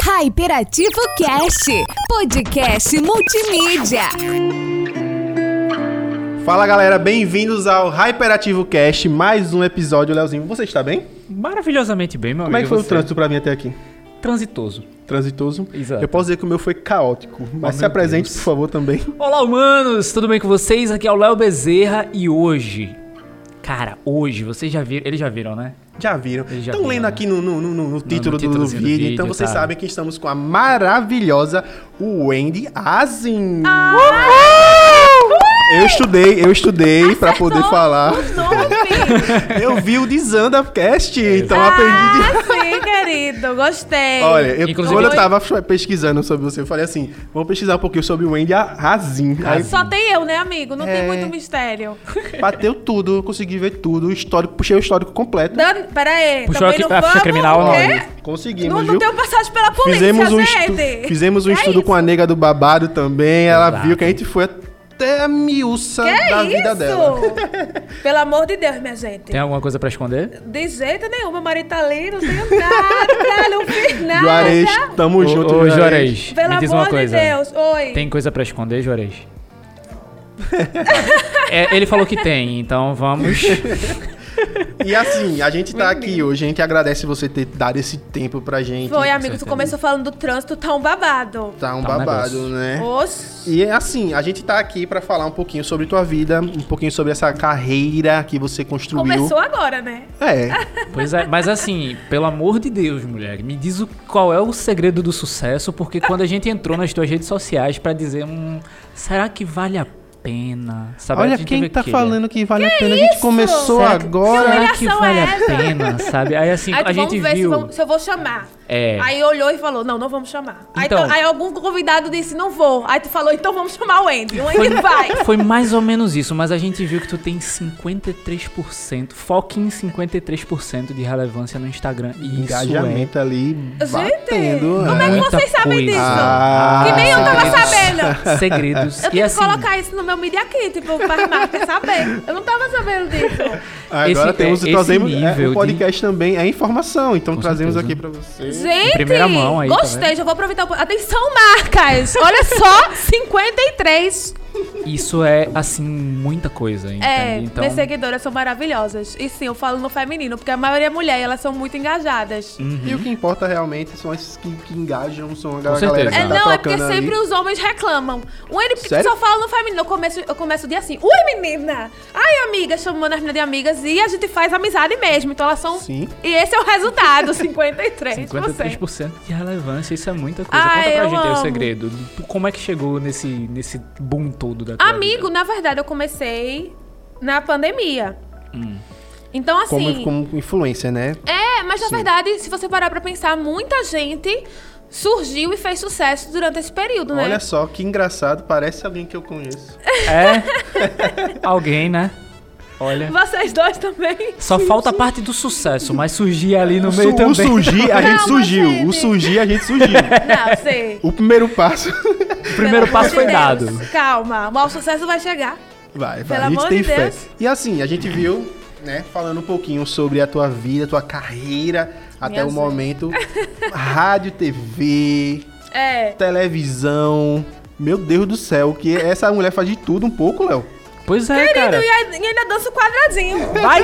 Hyperativo Cast, podcast multimídia. Fala galera, bem-vindos ao Hyperativo Cast, mais um episódio. Leozinho, você está bem? Maravilhosamente bem, meu amigo. Como é que foi o trânsito pra vir até aqui? Transitoso. Transitoso? Exato. Eu posso dizer que o meu foi caótico, mas se apresente, por favor, também. Olá, humanos! Tudo bem com vocês? Aqui é o Léo Bezerra e hoje... Cara, hoje, vocês já viram... Eles já viram, né? Já viram. Estão lendo, né? Aqui no título do vídeo, então vocês sabem que estamos com a maravilhosa Wendy Azin. Eu estudei pra poder falar. Eu vi o DesandaCast, então aprendi. Sim, querido, gostei. Olha, quando eu tava pesquisando sobre você, eu falei assim, vamos pesquisar um pouquinho sobre o Wendy Azin. Só tem eu, né, amigo? Não tem muito mistério. Bateu tudo, eu consegui ver tudo, o histórico, puxei o histórico completo. Pera aí, puxou aqui a ficha criminal, não. Conseguimos, não tenho passagem pela polícia, Fizemos um estudo com a nega do babado também, ela viu que a gente foi até a miúça da vida dela. Pelo amor de Deus, minha gente. Tem alguma coisa pra esconder? De jeito nenhum, meu marido tá ali, não tenho nada, não fiz nada. Juarez, tamo junto, Ô, Juarez, pelo me diz amor uma coisa. de Deus, oi. Tem coisa pra esconder, Juarez? Ele falou que tem, então vamos... E assim, a gente tá aqui hoje, a gente agradece você ter dado esse tempo pra gente. Foi, amigo, tu começou falando do trânsito, tá um babado. Tá um babado, né? Oxi. E assim, a gente tá aqui pra falar um pouquinho sobre tua vida, um pouquinho sobre essa carreira que você construiu. Começou agora, né? Pois é, mas assim, pelo amor de Deus, mulher, me diz qual é o segredo do sucesso, porque quando a gente entrou nas tuas redes sociais pra dizer, será que vale a pena? Sabe? Olha quem tá falando que vale a pena. A gente começou agora. Será que vale a pena, sabe? Aí assim, a gente viu... se eu vou chamar. É. Aí olhou e falou, não vamos chamar. Então, aí algum convidado disse, não vou. Aí tu falou, então vamos chamar o Wendy. O Wendy vai. Foi mais ou menos isso, mas a gente viu que tu tem 53%, foque em 53% de relevância no Instagram. E engajamento ali batendo. Como é que vocês sabem disso? Que nem eu tava sabendo. Segredos. Eu tenho que colocar isso no meu Media Kit, tipo, para marca saber. Eu não tava sabendo disso. Agora trazemos nível o podcast também é informação, então trazemos aqui pra vocês. Gente, em primeira mão aí, gostei, já vou aproveitar. Atenção, marcas! Olha só, 53. Isso é, assim, muita coisa, entende? Então... minhas seguidoras são maravilhosas. E sim, eu falo no feminino, porque a maioria é mulher e elas são muito engajadas. Uhum. E o que importa realmente são esses que engajam, são a Com galera que certeza. É porque sempre os homens reclamam. O Wendy só fala no feminino. Eu começo o dia assim, ui, menina! Ai, amiga, chamando as meninas de amigas e a gente faz amizade mesmo. Então elas são... Sim. E esse é o resultado, 53%. 53% de relevância, isso é muita coisa. Conta pra gente aí o segredo. Como é que chegou nesse boom todo da tua vida? Na verdade, eu comecei na pandemia. Então, assim... Como influência, né? Mas na verdade, se você parar pra pensar, muita gente surgiu e fez sucesso durante esse período, né? Olha só, que engraçado, parece alguém que eu conheço. Alguém, né? Olha. Vocês dois também. Só falta a parte do sucesso, mas surgir ali no meio também. O surgir, a gente surgiu. O surgir, a gente surgiu. Não, sei. O primeiro passo... O primeiro passo foi dado. Calma, o sucesso vai chegar. Vai. Pelo A gente amor tem de fé. Deus. E assim, a gente viu, né, falando um pouquinho sobre a tua vida, tua carreira, até o momento. Rádio, TV, televisão. Meu Deus do céu, que essa mulher faz de tudo um pouco, Léo. Pois é, Querido, cara. e ainda dança o quadradinho. Vai!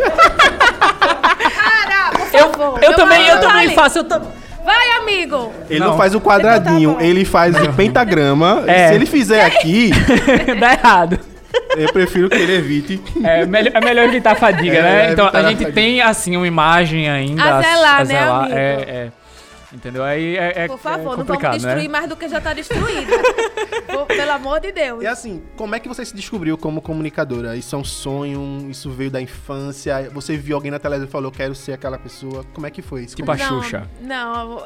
Cara, por favor. Eu também faço. Vai, amigo. Ele não faz o quadradinho, ele faz o pentagrama. Se ele fizer aqui... Dá errado. Eu prefiro que ele evite. É melhor evitar a fadiga, né? Então, a gente tem, assim, uma imagem ainda... A zelar, né, amigo? Entendeu? Aí é por favor, não complicado, vamos destruir mais do que já tá destruído. Pelo amor de Deus. E assim, como é que você se descobriu como comunicadora? Isso é um sonho? Isso veio da infância? Você viu alguém na televisão e falou, quero ser aquela pessoa? Como é que foi isso? Tipo a Xuxa. Não.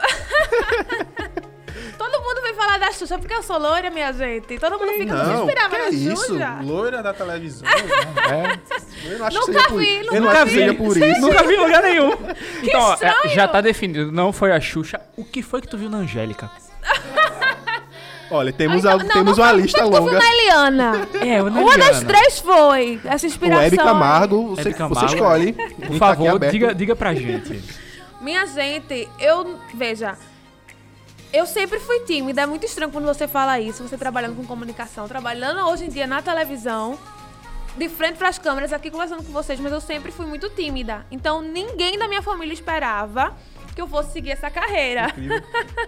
Todo mundo vem falar da Xuxa porque eu sou loira, minha gente. Todo mundo fica me inspirava na Xuxa. Isso? Loira da televisão. Eu não acho Nunca que seja por isso. Nunca vi em lugar nenhum. Então, estranho. já tá definido. Não foi a Xuxa. O que foi que tu viu na Angélica? Olha, temos uma lista longa. Tu viu na Eliana. Uma das três foi essa inspiração. O Hebe Camargo, você escolhe. Por favor, diga pra gente. Minha gente, veja, Eu sempre fui tímida, é muito estranho quando você fala isso, você trabalhando com comunicação, trabalhando hoje em dia na televisão, de frente para as câmeras, aqui conversando com vocês, mas eu sempre fui muito tímida. Então, ninguém da minha família esperava que eu fosse seguir essa carreira. Incrível.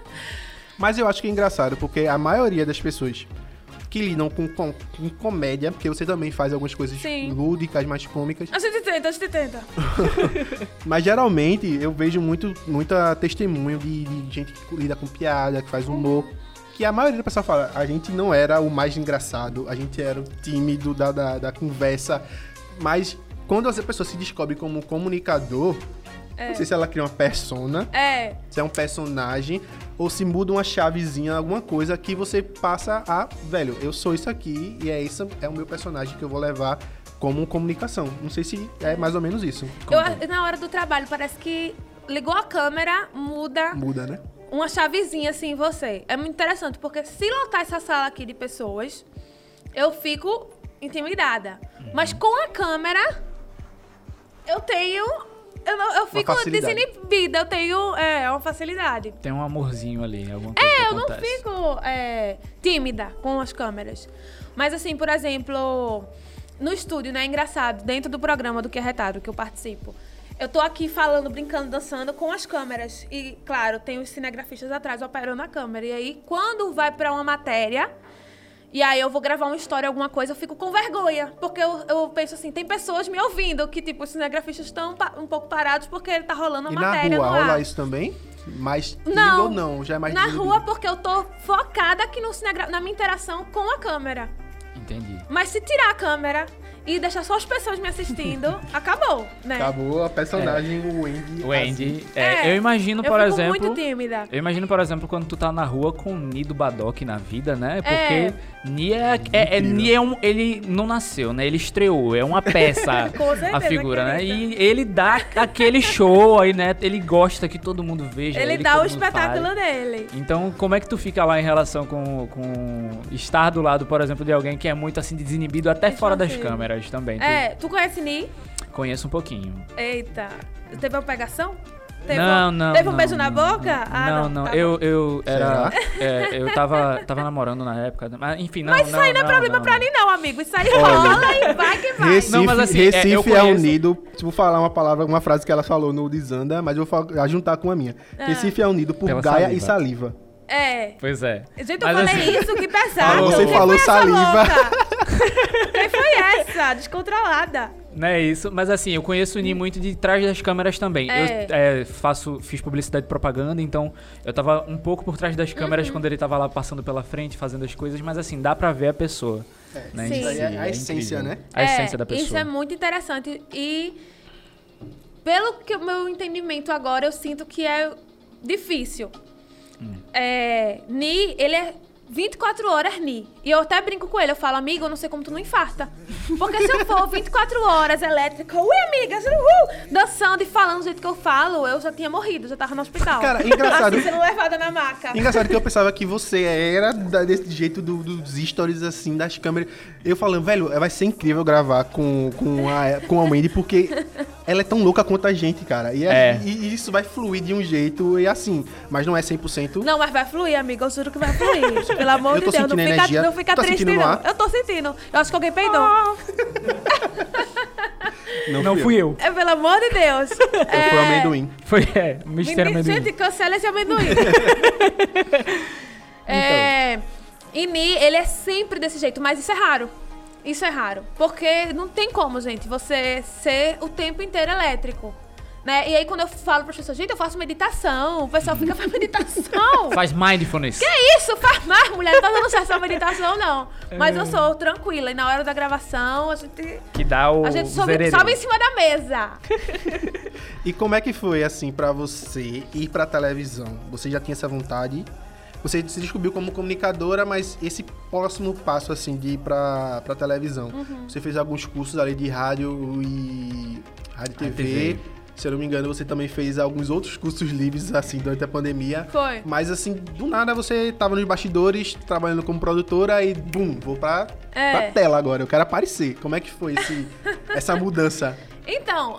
Mas eu acho que é engraçado, porque a maioria das pessoas que lidam com comédia, porque você também faz algumas coisas Sim. lúdicas, mais cômicas. A gente tenta. Mas geralmente eu vejo muita testemunho de gente que lida com piada, que faz humor. Que a maioria da pessoa fala, a gente não era o mais engraçado, a gente era o tímido da conversa. Mas quando essa pessoa se descobre como comunicador, não sei se ela cria uma persona, se é um personagem, ou se muda uma chavezinha, alguma coisa que você passa a... Velho, eu sou isso aqui e esse é o meu personagem que eu vou levar como comunicação. Não sei se é mais ou menos isso. Na hora do trabalho, parece que ligou a câmera, muda, né? uma chavezinha assim em você. É muito interessante, porque se lotar essa sala aqui de pessoas, eu fico intimidada. Mas com a câmera, eu tenho... Eu fico desinibida, eu tenho uma facilidade. Tem um amorzinho ali, alguma coisa que eu não acontece. fico tímida com as câmeras. Mas assim, por exemplo, no estúdio, né, é engraçado, dentro do programa do Que é Retado, que eu participo, eu tô aqui falando, brincando, dançando com as câmeras. E, claro, tem os cinegrafistas atrás operando a câmera. E aí, quando vai pra uma matéria... E aí eu vou gravar uma história, alguma coisa, eu fico com vergonha. Porque eu penso assim, tem pessoas me ouvindo, que tipo, os cinegrafistas estão um pouco parados porque tá rolando a matéria no ar. E na rua rola isso também? Mais tímido ou não? Já é mais na desinibido? rua porque eu tô focada aqui no na minha interação com a câmera. Entendi. Mas se tirar a câmera e deixar só as pessoas me assistindo, acabou, né? Acabou a personagem, o Andy. O Andy. Assim. Eu imagino, por fico exemplo... muito tímida. Eu imagino, por exemplo, quando tu tá na rua com o Nido Badoc na vida, né? Porque Ni ele não nasceu, né? Ele estreou, é uma peça Com certeza, a figura, né? acredita. E ele dá aquele show aí, né? Ele gosta que todo mundo veja. Ele que dá todo o mundo espetáculo fale. dele. Então, como é que tu fica lá em relação com estar do lado, por exemplo, de alguém que é muito assim desinibido até fora das câmeras também? Tu conhece Ni? Conheço um pouquinho. Eita. Teve uma pegação? Não. Teve um beijo na boca? Não. Tá Eu era. Eu tava namorando na época. Mas enfim, não. Mas isso aí não é problema pra mim, não, amigo. Isso aí rola e vai que vai. Recife, Não, mas assim, Recife eu é conheço- unido. Se vou falar uma frase que ela falou no Desanda, mas eu vou juntar com a minha. Recife é unido por Pela Gaia saliva. e saliva. Pois é. Gente, eu Mas falei assim- isso, que pesado. Você Quem falou foi essa saliva. louca? Quem foi essa? Descontrolada. Não é isso, mas assim, eu conheço o Ni muito de trás das câmeras também. Eu fiz publicidade e propaganda, então eu tava um pouco por trás das câmeras quando ele tava lá passando pela frente, fazendo as coisas, mas assim, dá pra ver a pessoa. Né, Sim. em Isso aí si, é a essência, incrível. né? A essência da pessoa. Isso é muito interessante. E pelo que o meu entendimento agora, eu sinto que é difícil. Ni, ele é 24 horas Ni. E eu até brinco com ele, eu falo, amigo, eu não sei como tu não infarta. Porque se eu for 24 horas elétrica, ui, amigas, dançando e falando do jeito que eu falo, eu já tinha morrido, já tava no hospital. Cara, engraçado. Assim, sendo levada na maca. Engraçado que eu pensava que você era desse jeito dos stories, assim, das câmeras. Eu falando, velho, vai ser incrível gravar com a Wendy, porque ela é tão louca quanto a gente, cara. E isso vai fluir de um jeito, e assim, mas não é 100%. Não, mas vai fluir, amiga, eu juro que vai fluir. Pelo amor Eu tô de Deus, sentindo energia. não fica Tu tá triste, sentindo no não. ar? Eu tô sentindo. Eu acho que alguém peidou. Não fui eu. Pelo amor de Deus. Foi o amendoim. Foi, mistério amendoim. Gente, cancela esse amendoim. E Ni, ele é sempre desse jeito, mas isso é raro. Isso é raro. Porque não tem como, gente, você ser o tempo inteiro elétrico. Né? E aí, quando eu falo para as pessoas, gente, eu faço meditação. O pessoal fica, faz meditação. Faz mindfulness. Que isso? Faz mais, mulher. Não tá dando certo essa meditação, não. Mas eu sou tranquila. E na hora da gravação, a gente Que dá o sobe em cima da mesa. E como é que foi, assim, pra você ir pra televisão? Você já tinha essa vontade? Você se descobriu como comunicadora, mas esse próximo passo, assim, de ir pra televisão. Você fez alguns cursos ali de rádio e rádio e TV. Se eu não me engano, você também fez alguns outros cursos livres, assim, durante a pandemia. Foi. Mas, assim, do nada você tava nos bastidores, trabalhando como produtora e, bum, vou pra tela agora. Eu quero aparecer. Como é que foi essa mudança? Então,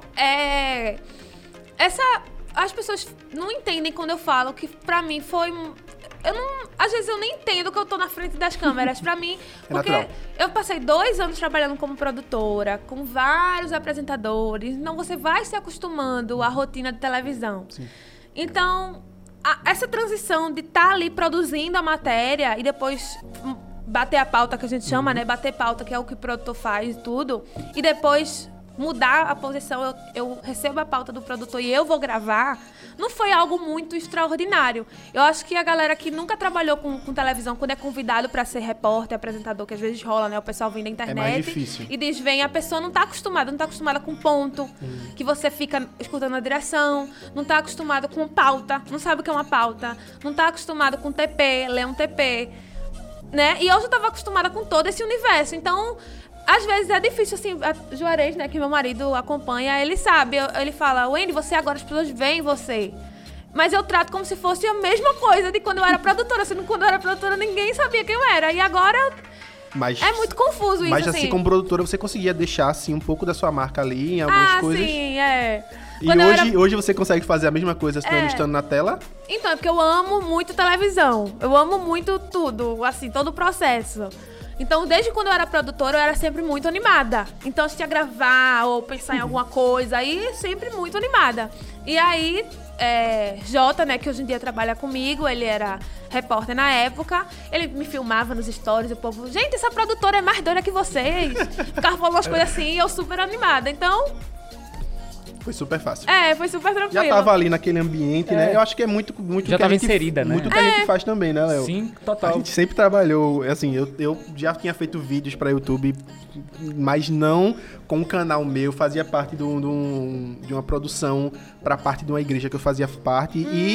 as pessoas não entendem quando eu falo que pra mim foi... às vezes eu nem entendo que eu tô na frente das câmeras. Pra mim, porque natural. eu passei 2 anos trabalhando como produtora, com vários apresentadores. Então você vai se acostumando à rotina de televisão. Sim. Então, essa transição de estar ali produzindo a matéria e depois bater a pauta, que a gente chama, né? Bater pauta, que é o que o produtor faz e tudo. E depois mudar a posição, eu recebo a pauta do produtor e eu vou gravar, não foi algo muito extraordinário. Eu acho que a galera que nunca trabalhou com televisão, quando é convidado pra ser repórter, apresentador, que às vezes rola, né? O pessoal vem da internet mais difícil. e diz, a pessoa não tá acostumada com ponto, que você fica escutando a direção, não tá acostumado com pauta, não sabe o que é uma pauta, não tá acostumado com TP, ler um TP, né? E eu já tava acostumada com todo esse universo, então às vezes é difícil, assim, a Juarez, né, que meu marido acompanha, ele sabe, ele fala, Wendy, você agora, as pessoas veem você. Mas eu trato como se fosse a mesma coisa de quando eu era produtora. Assim, quando eu era produtora, ninguém sabia quem eu era. E agora Mas, é muito confuso isso, mas assim. assim, como produtora, você conseguia deixar, assim, um pouco da sua marca ali em algumas coisas? Sim, é. E Quando hoje você consegue fazer a mesma coisa estando na tela? Então, é porque eu amo muito televisão. Eu amo muito tudo, assim, todo o processo. Então, desde quando eu era produtora, eu era sempre muito animada. Então, se tinha gravar ou pensar em alguma coisa, aí sempre muito animada. E aí, Jota, né, que hoje em dia trabalha comigo, ele era repórter na época, ele me filmava nos stories, o povo, gente, essa produtora é mais doida que vocês. Ficava falando umas coisas assim e eu super animada. Então, foi super fácil. foi super tranquilo. Já tava ali naquele ambiente, né? Eu acho que é muito Já que tava a gente, inserida, né? muito que a gente faz também, né, Léo? Sim, A total. gente sempre trabalhou, assim, eu já tinha feito vídeos pra YouTube, mas não com um canal meu, fazia parte de uma produção pra parte de uma igreja que eu fazia parte. E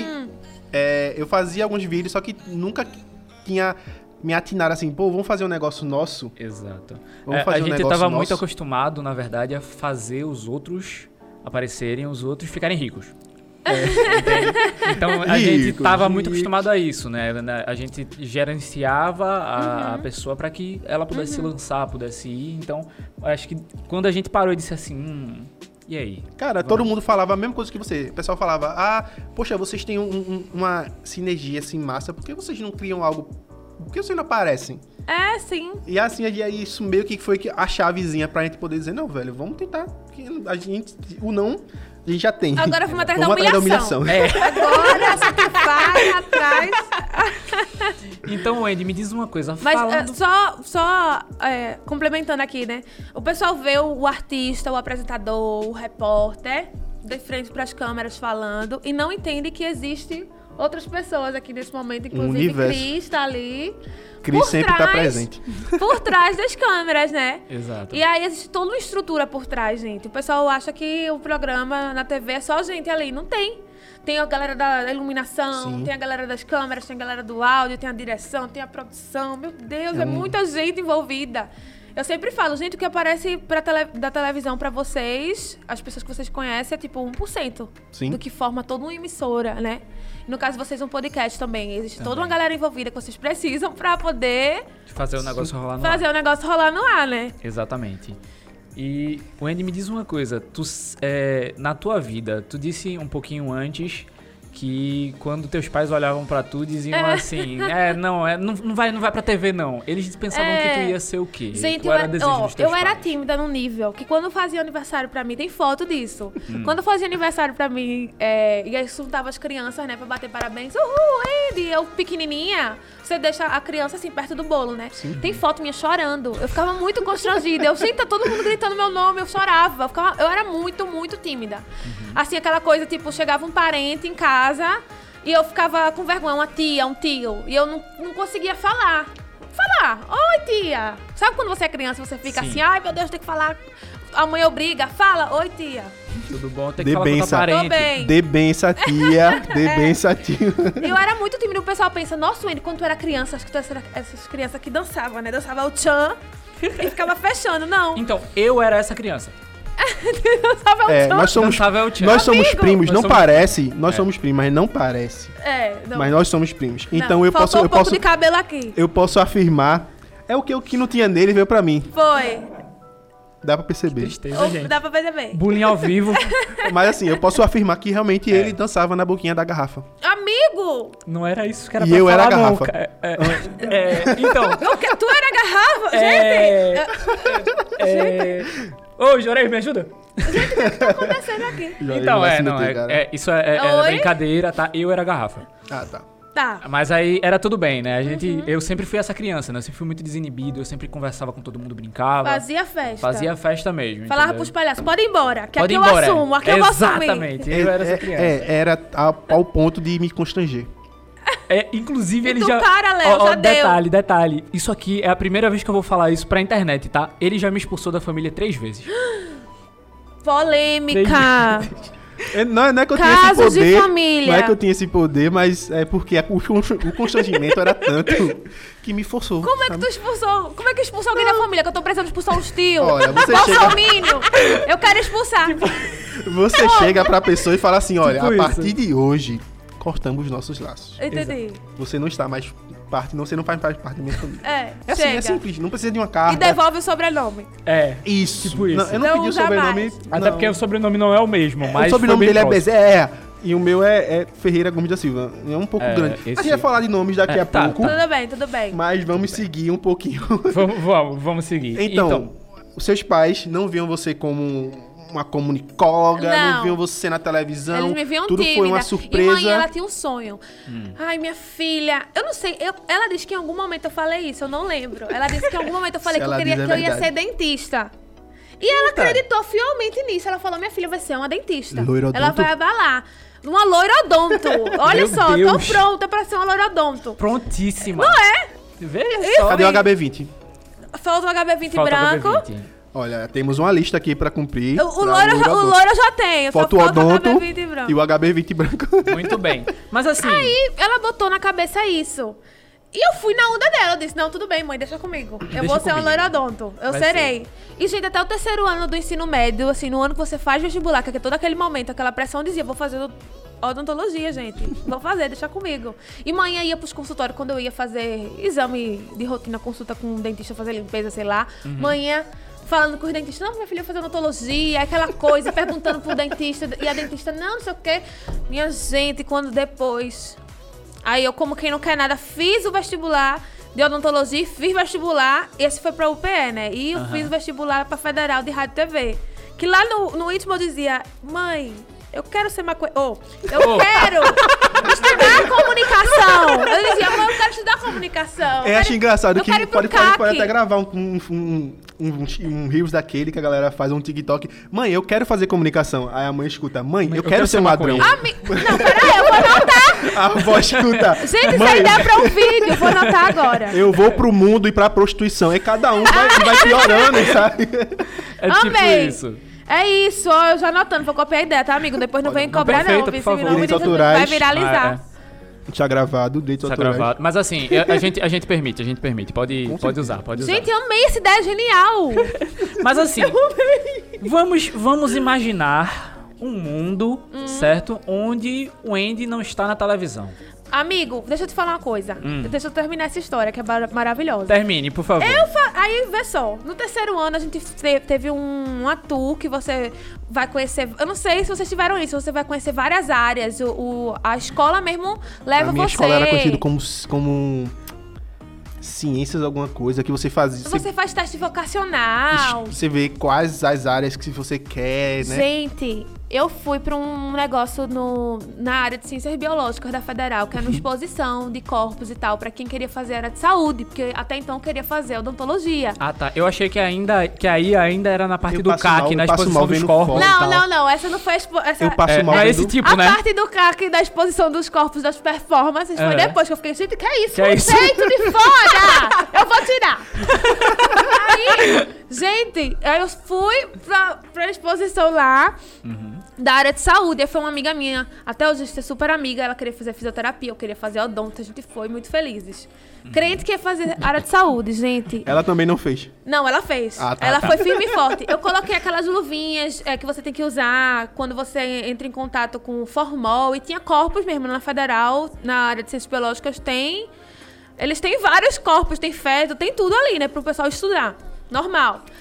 eu fazia alguns vídeos, só que nunca tinha me atinar assim, pô, vamos fazer um negócio nosso. Exato. Vamos fazer a um gente negócio tava nosso. muito acostumado, na verdade, a fazer os outros aparecerem, os outros ficarem ricos. Entende? Então a gente tava muito acostumado a isso, né? A gente gerenciava a pessoa para que ela pudesse se lançar, pudesse ir. Então, acho que quando a gente parou e disse assim, e aí? Cara, todo mundo falava a mesma coisa que você. O pessoal falava, poxa, vocês têm uma sinergia assim massa, por que vocês não criam algo? Por que vocês não aparecem? Sim. E assim, isso meio que foi a chavezinha pra gente poder dizer, não, velho, vamos tentar. A gente já tem. Agora vamos atrás da humilhação. Agora você vai atrás. Então, Wendy, me diz uma coisa. Mas falando... só complementando aqui, né? O pessoal vê o artista, o apresentador, o repórter de frente pras câmeras falando e não entende que existe outras pessoas aqui nesse momento, inclusive Cris tá ali. Cris sempre tá presente. Por trás das câmeras, né? Exato. E aí existe toda uma estrutura por trás, gente. O pessoal acha que o programa na TV é só gente ali. Não tem. Tem a galera da iluminação, Sim. tem a galera das câmeras, tem a galera do áudio, tem a direção, tem a produção. Meu Deus, é muita gente envolvida. Eu sempre falo, gente, o que aparece da televisão pra vocês, as pessoas que vocês conhecem, é tipo 1% Sim. do que forma toda uma emissora, né? No caso de vocês, um podcast também. Existe toda uma galera envolvida que vocês precisam pra poder fazer o negócio rolar no ar. fazer o negócio rolar no ar, né? Exatamente. E, Wendy, me diz uma coisa. Na tua vida, tu disse um pouquinho antes que quando teus pais olhavam pra tu, diziam assim, não vai pra TV, não. Eles pensavam que tu ia ser o quê? Gente, Qual era o desejo dos teus eu era pais? tímida num nível que quando fazia aniversário pra mim, tem foto disso. Quando fazia aniversário pra mim, e aí juntava as crianças, né, pra bater parabéns, Wendy, eu pequenininha, você deixa a criança assim, perto do bolo, né? Sim. Tem foto minha chorando, eu ficava muito constrangida, gente, tá todo mundo gritando meu nome, eu chorava, eu era muito, muito tímida. Assim, aquela coisa, tipo, chegava um parente em casa, e eu ficava com vergonha, uma tia, um tio, e eu não conseguia falar. Oi, tia. Sabe quando você é criança, você fica Sim. assim, ai, meu Deus, tem que falar. A mãe obriga, fala, oi, tia. Tudo bom? Tem que Dê falar com tua benção. parente. Tô bem. Dê benção, tia. Dê benção, tia. Eu era muito tímida, o pessoal pensa, nossa, Wendy, quando tu era criança, acho que tu era essas crianças que dançavam, né? Dançava o tchan e ficava fechando. Não, Então, eu era essa criança. dançava o tchan. Nós somos Dançava el chan. Nós somos Amigo. primos, Nós não somos- parece. Nós somos primos, mas não parece. Não. Mas nós somos primos. Não, Então eu faltou posso, um pouco de cabelo aqui. eu posso afirmar. É o que não tinha nele veio pra mim. Foi. Dá pra perceber. Tristeza, gente. Dá pra perceber. Bullying ao vivo. Mas assim, eu posso afirmar que realmente ele dançava na boquinha da garrafa. Amigo! Não era isso que era E pra eu falar, era a não. garrafa. Então... Tu era garrafa? Gente! Ô, Jorei, me ajuda? O que tá acontecendo aqui? Então, isso era Oi? brincadeira, tá? Eu era a garrafa. Ah, tá. Tá. Mas aí era tudo bem, né? Eu sempre fui essa criança, né? Eu sempre fui muito desinibido, eu sempre conversava com todo mundo, brincava. Fazia festa. Fazia festa mesmo. Falava entendeu? pros palhaços, pode ir embora, que Pode aqui ir embora. eu assumo, aqui eu vou assumir. Exatamente, eu era essa criança. Era ao ponto de me constranger. Inclusive, E ele tu já... para, Léo, já deu. Detalhe. Isso aqui é a primeira vez que eu vou falar isso pra internet, tá? Ele já me expulsou da família 3 vezes. Polêmica. Não é que eu tinha esse Casos de poder. família. Não é que eu tinha esse poder, mas é porque o constrangimento era tanto que me forçou. Como é que tu expulsou? Como é que expulsou alguém da família? Que eu tô precisando expulsar uns tios. Olha, você Bolsominion. Eu quero expulsar. Você chega pra pessoa e fala assim, olha, Tipo a isso. partir de hoje, cortamos os nossos laços. Entendi. Você não está mais você não faz mais parte da minha família. É, É assim, chega. é simples, não precisa de uma E carta. devolve o sobrenome. Isso. Tipo isso. Não, eu não, Não pedi o usa sobrenome. mais. Até não. porque o sobrenome não é o mesmo, mas o sobrenome foi bem dele é próximo. Bezerra. E o meu é Ferreira Gomes da Silva. É um pouco grande. A gente vai falar de nomes daqui a tá, pouco. Tudo bem. Mas vamos seguir um pouquinho. Vamos seguir. Então, os seus pais não viam você como uma comunicóloga, não viam você na televisão. Eles me viam tudo tímida. foi uma surpresa. E mãe, ela tinha um sonho. Ai, minha filha... Eu não sei. Ela disse que em algum momento eu falei isso. Eu não lembro. Ela disse que em algum momento eu falei Se que eu, ela queria, diz, é que eu ia verdade. ser dentista. E ela acreditou fielmente nisso. Ela falou, minha filha vai ser uma dentista. Loirodonto? Ela vai abalar. Uma loirodonto. Olha Meu só, Deus. tô pronta pra ser uma loirodonto. Prontíssima. Não é? Veja só. Cadê o HB20? Falta o HB20 Falta branco. HB20. Olha, temos uma lista aqui pra cumprir. O loiro eu já tenho. Só Falta o falta o odonto HB20 branco. e o HB20 branco. Muito bem. Mas assim... Aí ela botou na cabeça isso. E eu fui na onda dela. Eu disse, não, tudo bem, mãe, deixa comigo. Eu Deixa vou ser uma comigo. loirodonto. Eu Vai serei. E, gente, até o 3º ano do ensino médio, assim, no ano que você faz vestibular, que é todo aquele momento, aquela pressão, dizia, vou fazer odontologia, gente. Vou fazer, deixa comigo. E mãe ia pros consultórios, quando eu ia fazer exame de rotina, consulta com um dentista, fazer limpeza, sei lá. Mãe ia falando com os dentistas, não, minha filha fazer odontologia, aquela coisa, perguntando pro dentista. E a dentista, não sei o quê. Minha gente, quando depois... Aí eu, como quem não quer nada, fiz o vestibular de odontologia, fiz vestibular, esse foi pra UPE, né? E eu fiz o vestibular pra Federal de Rádio e TV. Que lá no íntimo eu dizia, mãe, eu quero ser eu quero estudar comunicação. Eu dizia, mãe, eu quero estudar comunicação. Eu acho engraçado eu que quero ir pro pode CAC. até gravar um Reels daquele que a galera faz um TikTok. Mãe, eu quero fazer comunicação. Aí a mãe escuta, mãe, eu quero ser um ladrão. Não, peraí, eu vou anotar. A avó escuta, Gente, isso mãe, é ideia pra um vídeo, eu vou anotar agora. eu vou pro mundo e pra prostituição. E cada um vai piorando, sabe? É tipo Amei. isso. É isso, ó, eu já anotando, vou copiar a ideia, tá, amigo? Depois não vem cobrar, perfeita, não. por Viu? favor. Senão Direitos vai autorais. viralizar. Tá gravado, direitos Tá autorais. gravado. Mas assim, a gente permite. Pode usar. Gente, eu amei essa ideia, genial. Mas assim, vamos imaginar um mundo, certo? Onde o Andy não está na televisão. Amigo, deixa eu te falar uma coisa. Deixa eu terminar essa história, que é maravilhosa. Termine, por favor. Aí, vê só, no 3º ano a gente teve uma tour que você vai conhecer. Eu não sei se vocês tiveram isso, você vai conhecer várias áreas. A escola mesmo leva A minha você. escola era conhecida como ciências alguma coisa que você fazia. Você faz teste vocacional. Você vê quais as áreas que você quer, né? Gente, eu fui pra um negócio na área de ciências biológicas da Federal, que é uma exposição de corpos e tal, pra quem queria fazer área de saúde, porque até então eu queria fazer odontologia. Ah, tá. Eu achei que aí ainda era na parte Eu do passo CAC, mal- na eu passo exposição mal dos vendo corpos. foto. Não, tal. não, não, essa não foi a Eu passo mal Não é vendo- esse tipo, A né? parte do CAC da exposição dos corpos das performances foi depois que eu fiquei, gente, que é isso? Que é isso? Conceito de fora! Eu vou tirar! Aí, gente, aí eu fui pra exposição lá da área de saúde. Aí foi uma amiga minha, até hoje a gente é super amiga, ela queria fazer fisioterapia, eu queria fazer odonto, a gente foi muito felizes. Crente que ia fazer área de saúde, gente. Ela também não fez. Não, ela fez. Ah, tá. Ela foi firme e forte. Eu coloquei aquelas luvinhas que você tem que usar quando você entra em contato com o formol. E tinha corpos mesmo na Federal, na área de ciências biológicas tem. Eles têm vários corpos, tem feto, tem tudo ali, né? Pro pessoal estudar. Normal.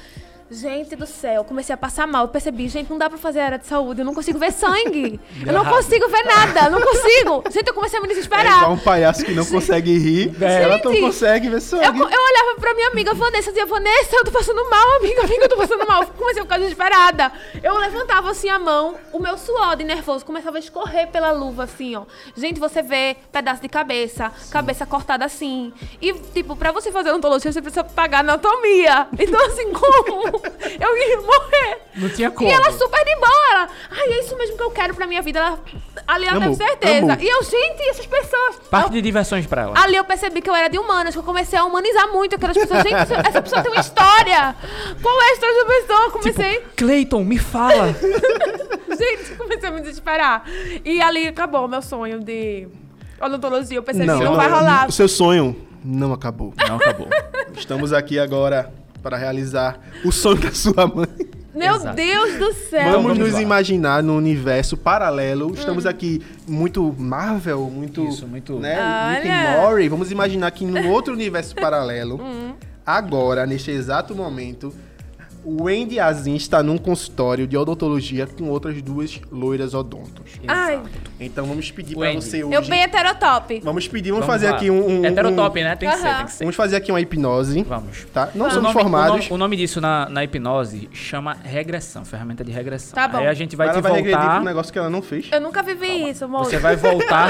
Gente do céu, comecei a passar mal. Eu percebi, gente, não dá pra fazer área de saúde. Eu não consigo ver sangue. Eu não consigo ver nada. Não consigo. Gente, eu comecei a me É desesperar. igual um palhaço que não consegue rir. Ela não consegue ver sangue. Eu olhava pra minha amiga Vanessa e dizia, Vanessa, eu tô passando mal, amiga, eu tô passando mal. Comecei a ficar desesperada. Eu levantava assim a mão, o meu suor de nervoso começava a escorrer pela luva, assim, ó. Gente, você vê pedaço de cabeça, cabeça cortada assim. E, tipo, pra você fazer odontologia, você precisa pagar anatomia. Então, assim, como? Eu ia morrer. Não tinha como. E ela super de boa, ela, ai, é isso mesmo que eu quero pra minha vida. Ela, ali ela Amo, teve certeza. amo. E eu, gente, essas pessoas. Parque de diversões pra ela. Ali eu percebi que eu era de humanas, que eu comecei a humanizar muito aquelas pessoas. Gente, essa pessoa tem uma história. Qual é a história dessa pessoa? Eu comecei. Cleiton, me fala. Gente, eu comecei a me desesperar. E ali acabou o meu sonho de odontologia. Eu percebi Não, que não vai rolar. O seu sonho não acabou. Não acabou. Estamos aqui agora para realizar o sonho da sua mãe. Meu Exato. Deus do céu. Então Vamos nos lá. imaginar no universo paralelo. Estamos aqui muito Marvel, muito... Isso, muito- Né? Rick Olha. and Morty. Vamos imaginar que no outro universo paralelo, agora, neste exato momento, o Wendy Azin está num consultório de odontologia com outras duas loiras odontos. Ai, Então vamos pedir para Wendy. você hoje... eu bem heterotop. Vamos pedir, vamos Vamos fazer lá. aqui um... Heterotop, né? Tem que ser, Aham. tem que ser. Vamos fazer aqui uma hipnose. Vamos. Tá? Não O somos nome- formados. O nome disso na hipnose chama regressão, ferramenta de regressão. Tá bom. Aí a gente vai Ela te vai regredir voltar. pra um negócio que ela não fez. Eu nunca vivi isso, moço. Você vai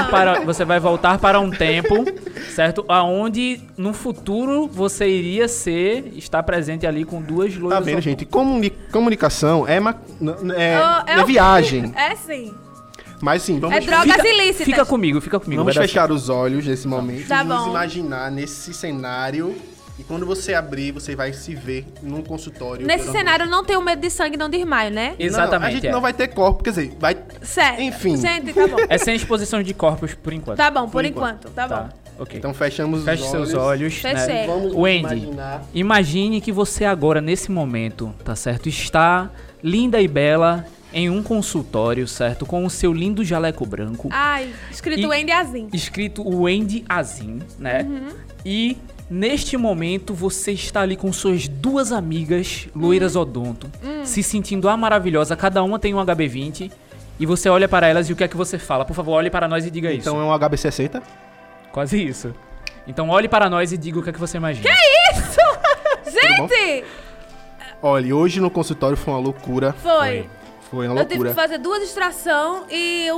voltar para um tempo, certo? Aonde no futuro você iria estar presente ali com duas Tá loiras. vendo, gente? Comunicação é É viagem. É sim. Mas sim, vamos, É drogas ilícitas. Fica comigo. vamos vai dar fechar os olhos nesse momento Tá e nos bom. imaginar nesse cenário. E quando você abrir, você vai se ver num consultório. Nesse durante- cenário eu não tenho medo de sangue, não desmaio, né? certo. Exatamente. Não, a gente é. não vai ter corpo, quer dizer, vai... Certo. Enfim. Gente, tá bom. É sem exposição de corpos por enquanto. Tá bom, por enquanto. enquanto. Tá bom. Ok. Então fechamos Feche os seus olhos. Né? Fechei. Vamos Wendy, imaginar. imagine que você agora, nesse momento, tá certo? Está linda e bela em um consultório, certo? Com o seu lindo jaleco branco. Ai, escrito E- Wendy Azin. Escrito Wendy Azin, né? E neste momento você está ali com suas duas amigas loiras odonto, se sentindo a maravilhosa. Cada uma tem um HB20 e você olha para elas e o que é que você fala? Por favor, olhe para nós e diga isso. Então é um HB60? Quase isso. Então olhe para nós e diga o que é que você imagina. Gente! Olha, hoje no consultório foi uma loucura. Foi. Foi uma Eu tive loucura. que fazer 2 extrações e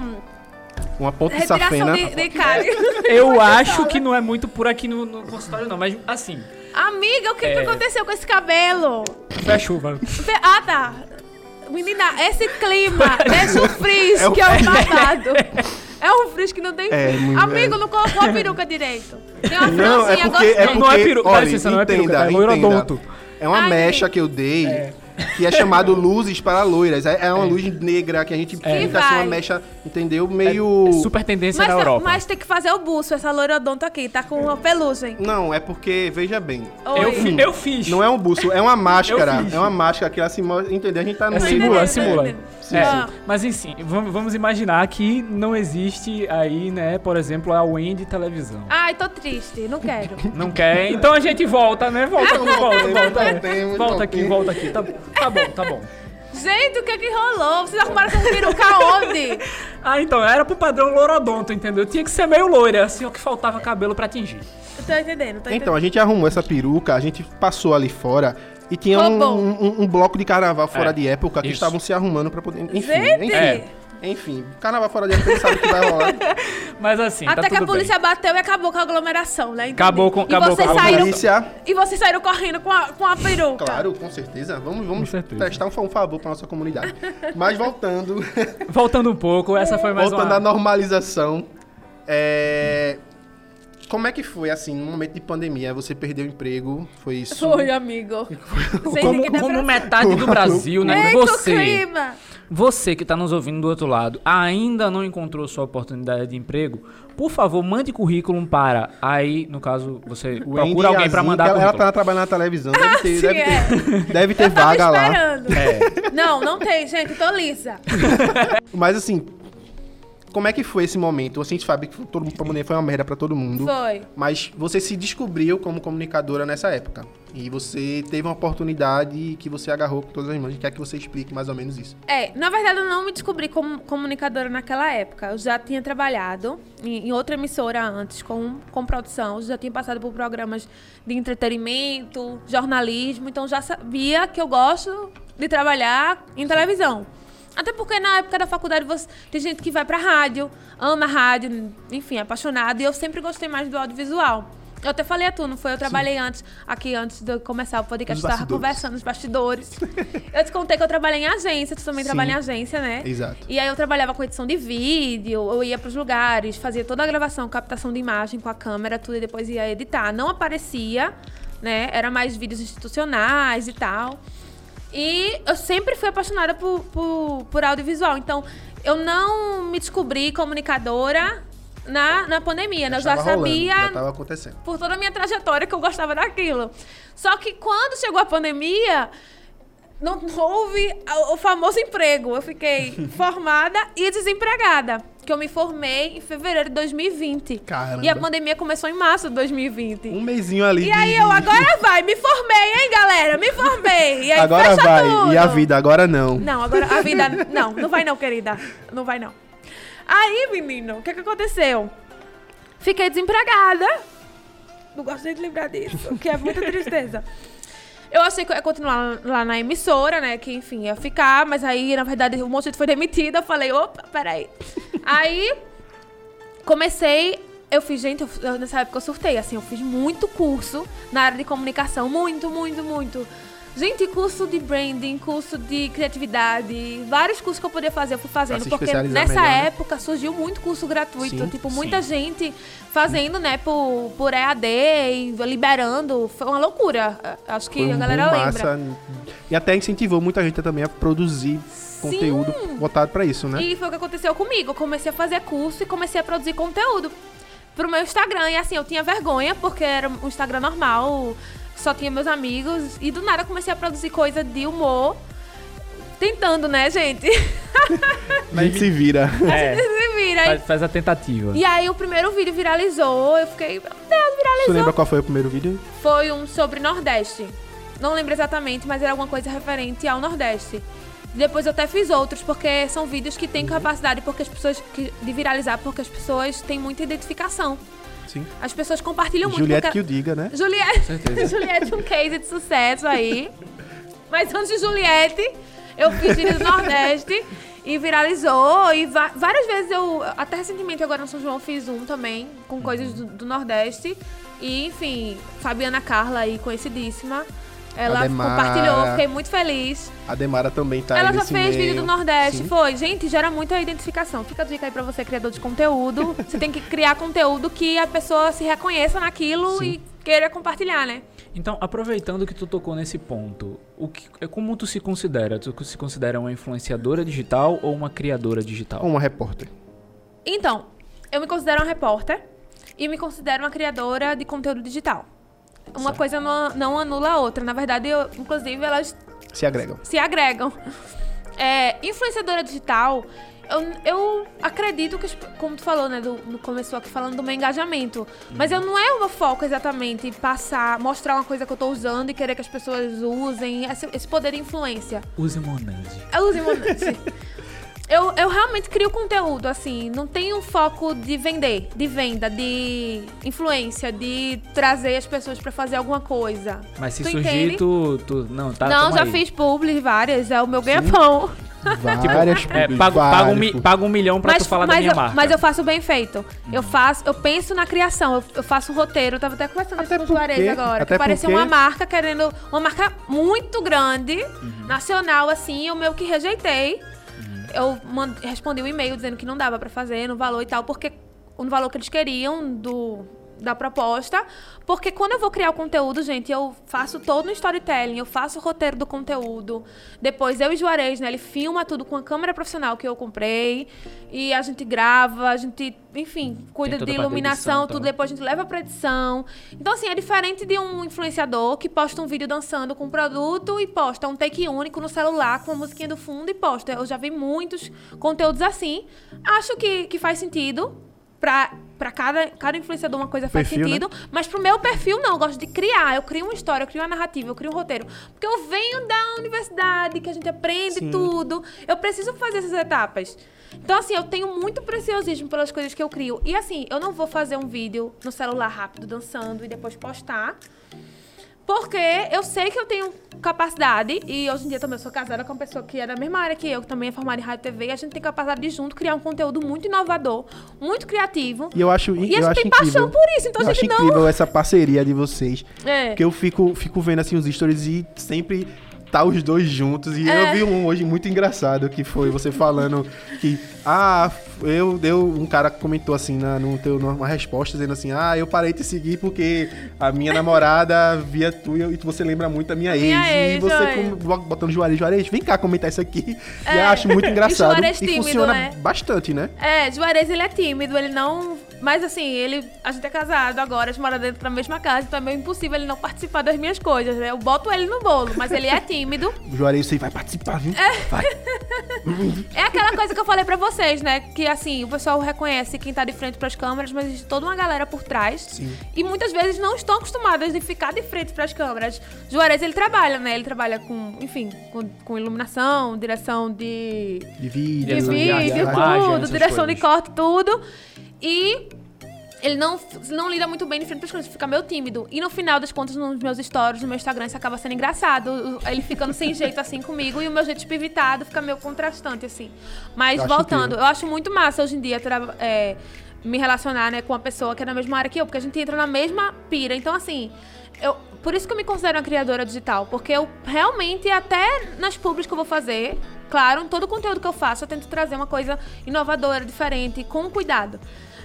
Uma ponta de retiração safena. de cárie. Eu acho que não é muito por aqui no consultório não, mas assim, Amiga, o que aconteceu com esse cabelo? foi a chuva. Ah, tá. Menina, esse clima deixa um frizz, É o que é um babado. É um frizz que não tem É, fim. muito Amigo, bem. não colocou a peruca direito. Tem uma Não, é franzinha, porque... gostei. Não é peruca, dá olha, licença, não é entenda, peruca, é loirodonto. entenda. É uma Ai, mecha gente. que eu dei, que é chamado luzes para loiras. É uma luz negra que a gente pinta assim, uma vai. mecha, entendeu? Meio... É super tendência na Europa. Mas tem que fazer o buço, essa loirodonto aqui. Tá com uma pelugem. Não, é porque, veja bem, Oi. Eu fiz. não é um buço, é uma máscara. Eu fiz. É uma máscara que ela se mostra, entendeu? A gente tá no... É simula. Sim, É, sim. mas enfim, vamos imaginar que não existe aí, né, por exemplo, a Wendy televisão. Ai, tô triste, não quero. Não quer? Então a gente volta, né? Volta Voltemos. aqui. Tá bom. Gente, o que que rolou? Vocês arrumaram essa peruca onde? Ah, então, era pro padrão loirodonto, entendeu? Tinha que ser meio loira, assim, o que faltava cabelo pra atingir. Eu tô entendendo, Então, a gente arrumou essa peruca, a gente passou ali fora e tinha Roubou. um bloco de carnaval fora É, de época que isso. estavam se arrumando pra poder... Enfim, Gente! É. enfim, carnaval fora de época, ele sabe o que vai rolar. Mas assim, Até tá que a tudo polícia bateu e acabou com a aglomeração, né? Entendi. Acabou com vocês a saíram, polícia. E vocês saíram correndo com a peruca. Claro, com certeza. Vamos certeza. prestar um favor pra nossa comunidade. Mas voltando, bem. Voltando um pouco, essa foi mais voltando à uma... normalização, como é que foi, assim, no momento de pandemia? Você perdeu o emprego, foi isso? Foi, amigo. Sem Como, ninguém dar como pra- metade do Brasil, né? Eita, o clima. Você que está nos ouvindo do outro lado, ainda não encontrou sua oportunidade de emprego, por favor, mande currículo para aí, no caso, você Wendy procura alguém para Azin, mandar que ela currículo. tá trabalhando na televisão, Sim, deve ter Eu tava vaga lá. esperando. É. Não tem, gente. Tô lisa. Mas assim, como é que foi esse momento? A gente sabe que a pandemia foi uma merda pra todo mundo. Foi. Mas você se descobriu como comunicadora nessa época. E você teve uma oportunidade que você agarrou com todas as mãos. Quer que você explique mais ou menos isso? Na verdade, eu não me descobri como comunicadora naquela época. Eu já tinha trabalhado em outra emissora antes, com produção. Eu já tinha passado por programas de entretenimento, jornalismo. Então, já sabia que eu gosto de trabalhar em televisão. Até porque na época da faculdade tem gente que vai pra rádio, ama rádio, enfim, é apaixonado. E eu sempre gostei mais do audiovisual. Eu até falei a tu, não foi? Eu trabalhei antes de começar o podcast, eu tava conversando nos bastidores. Eu te contei que eu trabalhei em agência, tu também trabalha em agência, né? Exato. E aí eu trabalhava com edição de vídeo, eu ia pros lugares, fazia toda a gravação, captação de imagem com a câmera, tudo, e depois ia editar. Não aparecia, né? Era mais vídeos institucionais e tal. E eu sempre fui apaixonada por audiovisual. Então, eu não me descobri comunicadora na pandemia, né? Eu já sabia, já tava acontecendo. por toda a minha trajetória, que eu gostava daquilo. Só que quando chegou a pandemia, não houve o famoso emprego. Eu fiquei formada e desempregada. Que eu me formei em fevereiro de 2020. Caramba. E a pandemia começou em março de 2020. Um mesinho ali. E aí eu, agora vai, me formei, hein, galera? Me formei. E aí agora fecha vai. tudo. E a vida, agora não. Não, agora a vida... Não vai não, querida. Não vai não. Aí, menino, o que aconteceu? Fiquei desempregada. Não gosto nem de lembrar disso, que é muita tristeza. Eu achei que eu ia continuar lá na emissora, né? Que, enfim, ia ficar. Mas aí, na verdade, um monte de gente foi demitida. Eu falei, opa, peraí. Aí, comecei... Eu fiz, gente, nessa época eu surtei, assim. Eu fiz muito curso na área de comunicação. Muito. Gente, curso de branding, curso de criatividade, vários cursos que eu podia fazer, eu fui fazendo. Porque nessa época surgiu muito curso gratuito. Sim, tipo, muita gente fazendo, né, por EAD e liberando. Foi uma loucura. Acho que a galera lembra. E até incentivou muita gente também a produzir conteúdo voltado pra isso, né? E foi o que aconteceu comigo. Eu comecei a fazer curso e comecei a produzir conteúdo pro meu Instagram. E assim, eu tinha vergonha, porque era um Instagram normal, só tinha meus amigos. E do nada eu comecei a produzir coisa de humor. Tentando, né, gente? A gente se vira. Se vira. Faz a tentativa. E aí o primeiro vídeo viralizou. Eu fiquei, meu Deus, viralizou. Você lembra qual foi o primeiro vídeo? Foi um sobre Nordeste. Não lembro exatamente, mas era alguma coisa referente ao Nordeste. Depois eu até fiz outros, porque são vídeos que têm capacidade de viralizar, porque as pessoas têm muita identificação. Sim. As pessoas compartilham muito. Juliette que o diga, né? Juliette um case de sucesso aí. Mas antes de Juliette, eu fiz vídeo do Nordeste e viralizou. E várias vezes até recentemente agora no São João, fiz um também, com coisas do Nordeste. E, enfim, Fabiana Carla aí, conhecidíssima. Ela compartilhou, fiquei muito feliz. A Demara também tá Ela aí já nesse fez meio. vídeo do Nordeste, Sim. foi. Gente, gera muita identificação. Fica a dica aí pra você, criador de conteúdo. Você tem que criar conteúdo que a pessoa se reconheça naquilo e queira compartilhar, né? Então, aproveitando que tu tocou nesse ponto, como tu se considera? Tu se considera uma influenciadora digital ou uma criadora digital? Ou uma repórter. Então, eu me considero uma repórter e me considero uma criadora de conteúdo digital. Uma coisa não anula a outra. Na verdade, inclusive, elas Se agregam. Influenciadora digital, eu acredito que, como tu falou, né, começou aqui falando do meu engajamento, mas eu não é o meu foco exatamente mostrar uma coisa que eu tô usando e querer que as pessoas usem, esse poder de influência. Use Monange. Use Monange. Eu realmente crio conteúdo, assim, não tem um foco de vender, de venda, de influência, de trazer as pessoas pra fazer alguma coisa. Mas se tu surgir, entende? Não, tá? Não, tamo já aí. fiz publi várias, é o meu ganha-pão. Várias Paga $1 milhão pra tu falar da minha marca. Mas eu faço bem feito. Eu penso na criação, eu faço um roteiro. Eu tava até conversando com o Juarez agora. Que parecia uma marca querendo... Uma marca muito grande, nacional, assim. Eu meio que rejeitei. Eu respondi um e-mail dizendo que não dava pra fazer no valor e tal, porque no valor que eles queriam da proposta, porque quando eu vou criar o conteúdo, gente, eu faço todo no storytelling, eu faço o roteiro do conteúdo, depois eu e Juarez, né, ele filma tudo com a câmera profissional que eu comprei, e a gente grava, a gente, enfim, cuida de iluminação, tudo, depois a gente leva pra edição. Então, assim, é diferente de um influenciador que posta um vídeo dançando com um produto e posta um take único no celular com a musiquinha do fundo e posta. Eu já vi muitos conteúdos assim. Acho que faz sentido pra cada influenciador uma coisa faz sentido, né? Mas pro meu perfil não, eu gosto de criar, eu crio uma história, eu crio uma narrativa, eu crio um roteiro, porque eu venho da universidade, que a gente aprende tudo, eu preciso fazer essas etapas. Então, assim, eu tenho muito preciosismo pelas coisas que eu crio, e assim, eu não vou fazer um vídeo no celular rápido, dançando, e depois postar, porque eu sei que eu tenho capacidade, e hoje em dia também eu sou casada com uma pessoa que é da mesma área que eu também é formada em rádio e TV, e a gente tem capacidade de junto criar um conteúdo muito inovador, muito criativo. E eu acho E a gente tem paixão por isso, então a gente não... Eu acho incrível essa parceria de vocês. Porque eu fico vendo assim os stories e sempre tá os dois juntos. E eu vi um hoje muito engraçado, que foi você falando que... um cara comentou assim numa resposta, dizendo assim, eu parei de te seguir porque a minha namorada via tu e você lembra muito da minha ex. E você botando Juarez, vem cá comentar isso aqui. E eu acho muito engraçado. E tímido, funciona bastante, né? Juarez, ele é tímido, ele não... Mas assim, a gente é casado agora, a gente mora dentro da mesma casa, então é meio impossível ele não participar das minhas coisas, né? Eu boto ele no bolo, mas ele é tímido. Juarez, você vai participar, viu? Vai. É aquela coisa que eu falei pra vocês, né? Que assim, o pessoal reconhece quem tá de frente pras câmeras, mas existe toda uma galera por trás. Sim. E muitas vezes não estão acostumadas de ficar de frente pras câmeras. Juarez, ele trabalha, né? Ele trabalha com, enfim, com iluminação, direção de vídeo, tudo, direção de corte, tudo. E ele não lida muito bem de frente pras coisas, fica meio tímido. E no final das contas, nos meus stories, no meu Instagram, isso acaba sendo engraçado. Ele ficando sem jeito assim comigo e o meu jeito espivitado fica meio contrastante, assim. Mas voltando, eu acho muito massa hoje em dia me relacionar, né, com uma pessoa que é da mesma área que eu, porque a gente entra na mesma pira. Então, assim, por isso que eu me considero uma criadora digital, porque eu realmente, até nas publis que eu vou fazer, claro, em todo o conteúdo que eu faço, eu tento trazer uma coisa inovadora, diferente, com cuidado.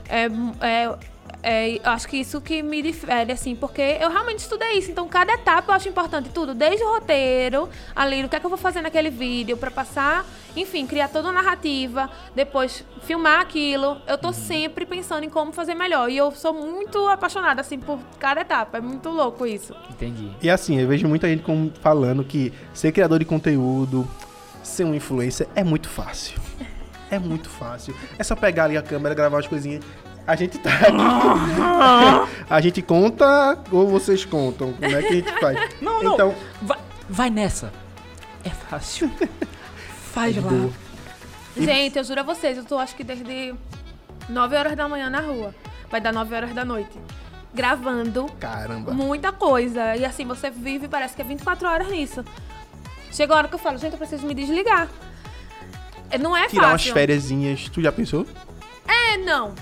Acho que isso que me difere, assim, porque eu realmente estudei isso. Então, cada etapa eu acho importante, tudo, desde o roteiro, ali, o que é que eu vou fazer naquele vídeo, pra passar, enfim, criar toda uma narrativa, depois filmar aquilo. Eu tô sempre pensando em como fazer melhor. E eu sou muito apaixonada, assim, por cada etapa. É muito louco isso. Entendi. E assim, eu vejo muita gente falando que ser criador de conteúdo, ser um influencer, é muito fácil. É muito fácil. É só pegar ali a câmera, gravar umas coisinhas. A gente tá aqui. A gente conta ou vocês contam? Como é que a gente faz? Não. Então, vai nessa. É fácil. Faz lá. boa. Gente, eu juro a vocês, eu tô acho que desde 9 horas da manhã na rua. Vai dar 9 horas da noite. Gravando. Caramba. Muita coisa. E assim, você vive, parece que é 24 horas nisso. Chega a hora que eu falo, gente, eu preciso me desligar. Não é Tirar fácil. umas fériasinhas. Tu já pensou? Não.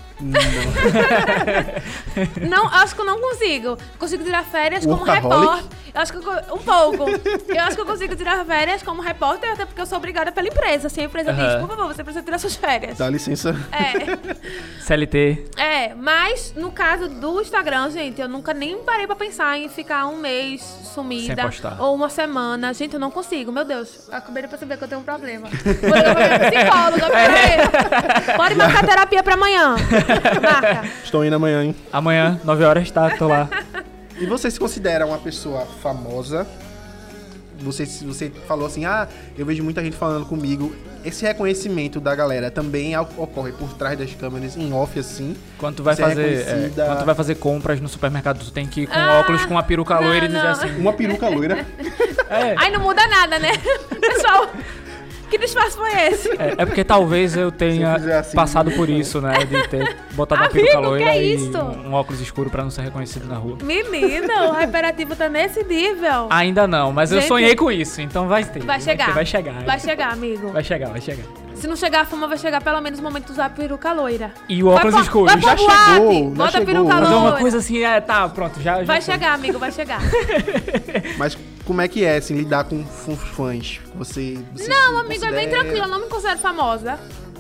Não, acho que eu não consigo. Consigo tirar férias como repórter. Eu acho que um pouco. Eu acho que eu consigo tirar férias como repórter, até porque eu sou obrigada pela empresa. Se a empresa diz, por favor, você precisa tirar suas férias. Dá licença. CLT. Mas no caso do Instagram, gente, eu nunca nem parei pra pensar em ficar um mês sumida. Sem postar. Ou uma semana. Gente, eu não consigo. Meu Deus, acabei de perceber que eu tenho um problema. Vou ligar pra minha psicóloga, peraí. Pode marcar terapia pra amanhã. Marca. Estou indo amanhã, hein? Amanhã, 9 horas, tô lá. E você se considera uma pessoa famosa? Você falou assim, eu vejo muita gente falando comigo. Esse reconhecimento da galera também ocorre por trás das câmeras, em off, assim? Quando tu vai fazer compras no supermercado, tu tem que ir com óculos, com uma peruca loira e dizer assim... Uma peruca loira? Aí não muda nada, né? Pessoal... Que disfarce foi esse? É porque talvez eu tenha assim, passado por isso, né? De ter botado uma peruca loira que é e isso? um óculos escuro pra não ser reconhecido na rua. Menina, o Hyperativo tá nesse nível. Ainda não, mas eu sonhei com isso, então vai ter. Vai chegar. Vai chegar. Vai chegar, amigo. Vai chegar. Se não chegar a fama, vai chegar pelo menos o momento de usar a peruca loira. E o óculos escuro. Já chegou. Bota a peruca Fazer loira. uma coisa assim, pronto, já Vai chegar, amigo, vai chegar. Mas como é que é, assim, lidar com fãs? Você Não, se amigo, é considera... bem tranquilo. Eu não me considero famosa.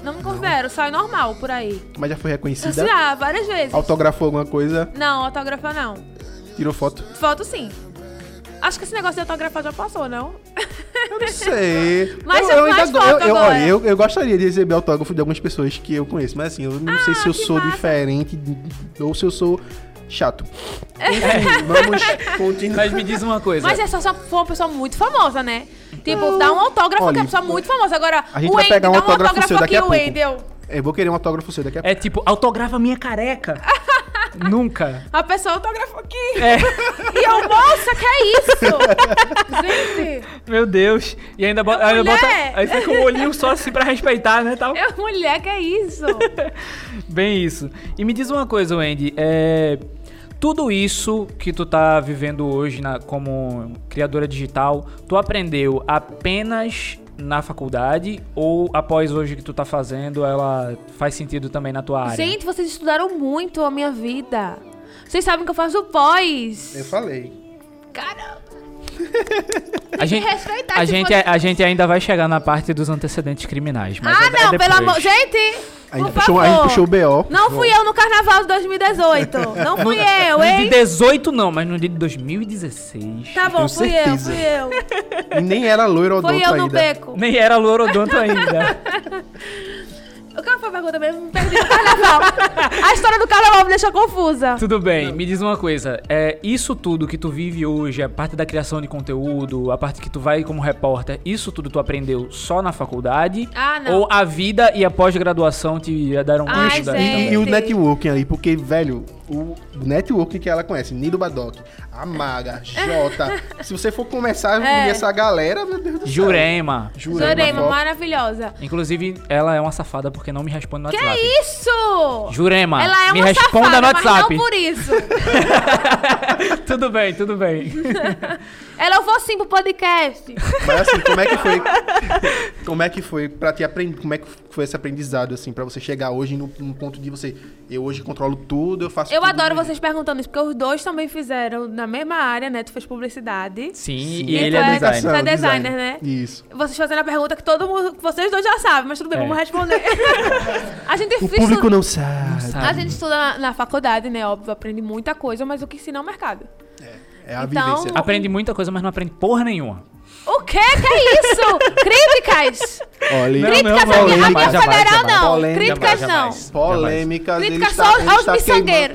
Não me considero, saio normal por aí. Mas já foi reconhecida? Já, várias vezes. Autografou alguma coisa? Não, autografar não. Tirou foto? Foto sim. Acho que esse negócio de autografar já passou, não? Eu não sei. Mas eu faz ainda foto agora. olha, eu gostaria de receber autógrafo de algumas pessoas que eu conheço, mas assim, eu não sei se eu que sou massa. diferente ou se eu sou chato. Enfim, vamos continuar. Mas me diz uma coisa. Mas é só se for uma pessoa muito famosa, né? Tipo, dá um autógrafo Olha, que é uma pessoa muito famosa. Agora, a gente o vai Andy, pegar um dá autógrafo seu daqui aqui, a o pouco. Wendel. Eu vou querer um autógrafo seu daqui a pouco. É tipo, autografa minha careca. Nunca. A pessoa autografou aqui. É. E eu, moça, que é isso? Gente, Meu Deus. E ainda bota. É Ainda mulher. bota aí fica um olhinho só assim pra respeitar, né? Tal. mulher, que é isso? Bem isso. E me diz uma coisa, Wendy. Tudo isso que tu tá vivendo hoje como criadora digital, tu aprendeu apenas na faculdade ou após hoje que tu tá fazendo, ela faz sentido também na tua área? Gente, vocês estudaram muito a minha vida. Vocês sabem que eu faço pós. Eu falei. Caramba. A gente, respeitar a, esse gente, podcast. a gente ainda vai chegar na parte dos antecedentes criminais. Mas Ah, é não, depois. pelo amor... Gente, A gente, por puxou, favor. a gente puxou o BO. Não fui eu no carnaval de 2018. Não fui eu, No de hein? 18 não, mas no de 2016. Tá bom, tenho fui certeza. eu. E nem era loiro odonto Fui eu no ainda. beco. Nem era lourodonto ainda. O que foi a pergunta mesmo? Me perdi no carnaval. A história do carnaval me deixou confusa. Tudo bem, me diz uma coisa. Isso tudo que tu vive hoje, a parte da criação de conteúdo, a parte que tu vai como repórter, isso tudo tu aprendeu só na faculdade? Ah, não. Ou a vida e a pós-graduação te deram um Ai, isso daí gente. também? E o networking ali, porque, velho, o networking que ela conhece, Nido Badoc, a Maga, Jota, se você for começar a ver essa galera, meu Deus do céu. Jurema. Zorema, Fox. maravilhosa. Inclusive, ela é uma safada porque não me responde no Que WhatsApp. isso? Jurema, Ela é me uma responda safada, no WhatsApp. mas não por isso. Tudo bem, tudo bem. Ela, eu vou sim pro podcast. Mas assim, como é que foi pra te aprender, como é que foi esse aprendizado, assim, pra você chegar hoje num ponto de você, eu hoje controlo tudo, eu faço Eu tudo. adoro vocês perguntando isso, porque os dois também fizeram na mesma área, né? Tu fez publicidade. Sim, Sim. e ele tu é designer. Tu é designer, né? Isso. Vocês fazendo a pergunta que todo mundo, que vocês dois já sabem, mas tudo bem, É. vamos responder. A gente O público não sabe. A gente estuda na faculdade, né? Óbvio, aprende muita coisa, mas o que ensina é o mercado. É a Então- vivência. Aprende muita coisa, mas não aprende porra nenhuma. O quê? Que é isso? Críticas! Olha, Críticas não, a minha jamais, federal jamais. não. Polêmica, Críticas jamais. não. polêmicas. Crítica ele só está- ele aos está miçangueiros.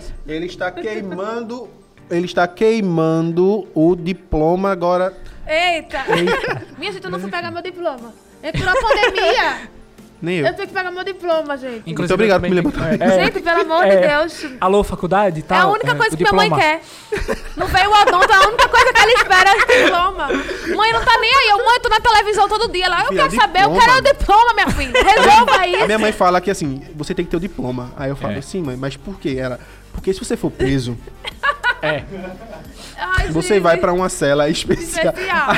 Ele está queimando o diploma agora. Eita! Minha gente, eu não fui pegar meu diploma. Entrou a pandemia. Nem eu. Eu tenho que pegar meu diploma, gente. Inclusive, Muito obrigado eu também por me tenho- levantar. Gente, pelo amor de Deus. Alô, faculdade e É tal? a única coisa o que minha mãe diploma. quer. Não veio o odonto, é a única coisa que ela espera é o diploma. Mãe não tá nem aí. Eu, mãe, tô na televisão todo dia lá. Eu Filha, quero saber, eu diploma. quero o diploma, minha filha. Resolva A isso. minha mãe fala que assim, você tem que ter o diploma. Aí eu falo, É. sim, mãe, mas por quê? Ela, porque se você for preso, É. Ai, você gente. vai pra uma cela especial. Especial.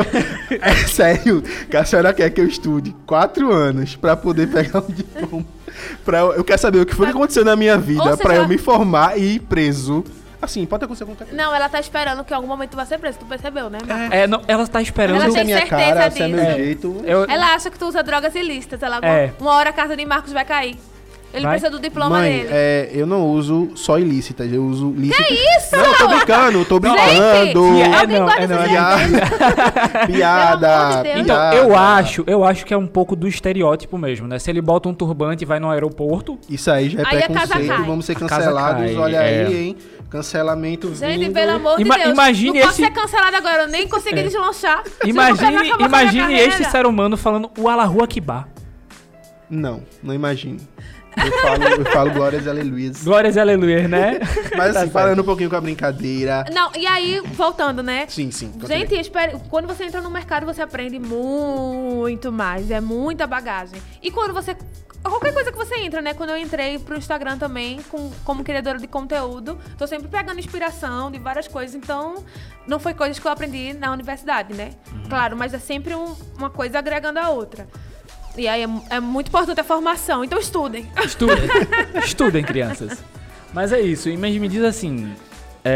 É sério que a senhora quer que eu estude 4 anos pra poder pegar um diploma. Eu quero saber o que foi que aconteceu na minha vida Ou seja, pra eu me formar e ir preso. Assim, pode acontecer qualquer coisa. Não, ela tá esperando que em algum momento tu vai ser preso. Tu percebeu, né? Marcos? Não, ela tá esperando. Ela Se é tem minha certeza cara, se é meu disso. jeito. Eu- Ela acha que tu usa drogas ilícitas. Ela, É. uma hora a casa de Marcos vai cair. Ele Vai? precisa do diploma Mãe, dele. eu não uso só ilícitas, eu uso lícitas. Que isso? Não, tô brincando, tô brincando. Alguém guarda não, esse Piada. Piada. Pelo amor de Deus. Então, piada. eu acho que é um pouco do estereótipo mesmo, né? Se ele bota um turbante e vai no aeroporto, Isso aí já é Aí a casa preconceito, cai. vamos ser A casa cancelados, cai, olha é. aí, hein? Cancelamento Gente, vindo. pelo amor de Ima- Deus. imagine não posso esse- ser cancelado agora. Eu nem consegui deslanchar. Vocês vão imagine, acabar com a minha imagine carreira. este ser humano falando o Allahu Akbar. Não imagino. Eu falo glórias, aleluias. Glórias e aleluias, né? Mas assim, Tá falando um pouquinho com a brincadeira. Não, e aí, voltando, né? Sim, continue. Gente, quando você entra no mercado, você aprende muito mais. É muita bagagem. E quando você... Qualquer coisa que você entra, né? Quando eu entrei pro Instagram também, como criadora de conteúdo, tô sempre pegando inspiração de várias coisas. Então, não foi coisas que eu aprendi na universidade, né? Claro, mas é sempre uma coisa agregando a outra. E aí é muito importante a formação. Então, estudem. Estudem. Estudem, crianças. Mas é isso. E me diz assim,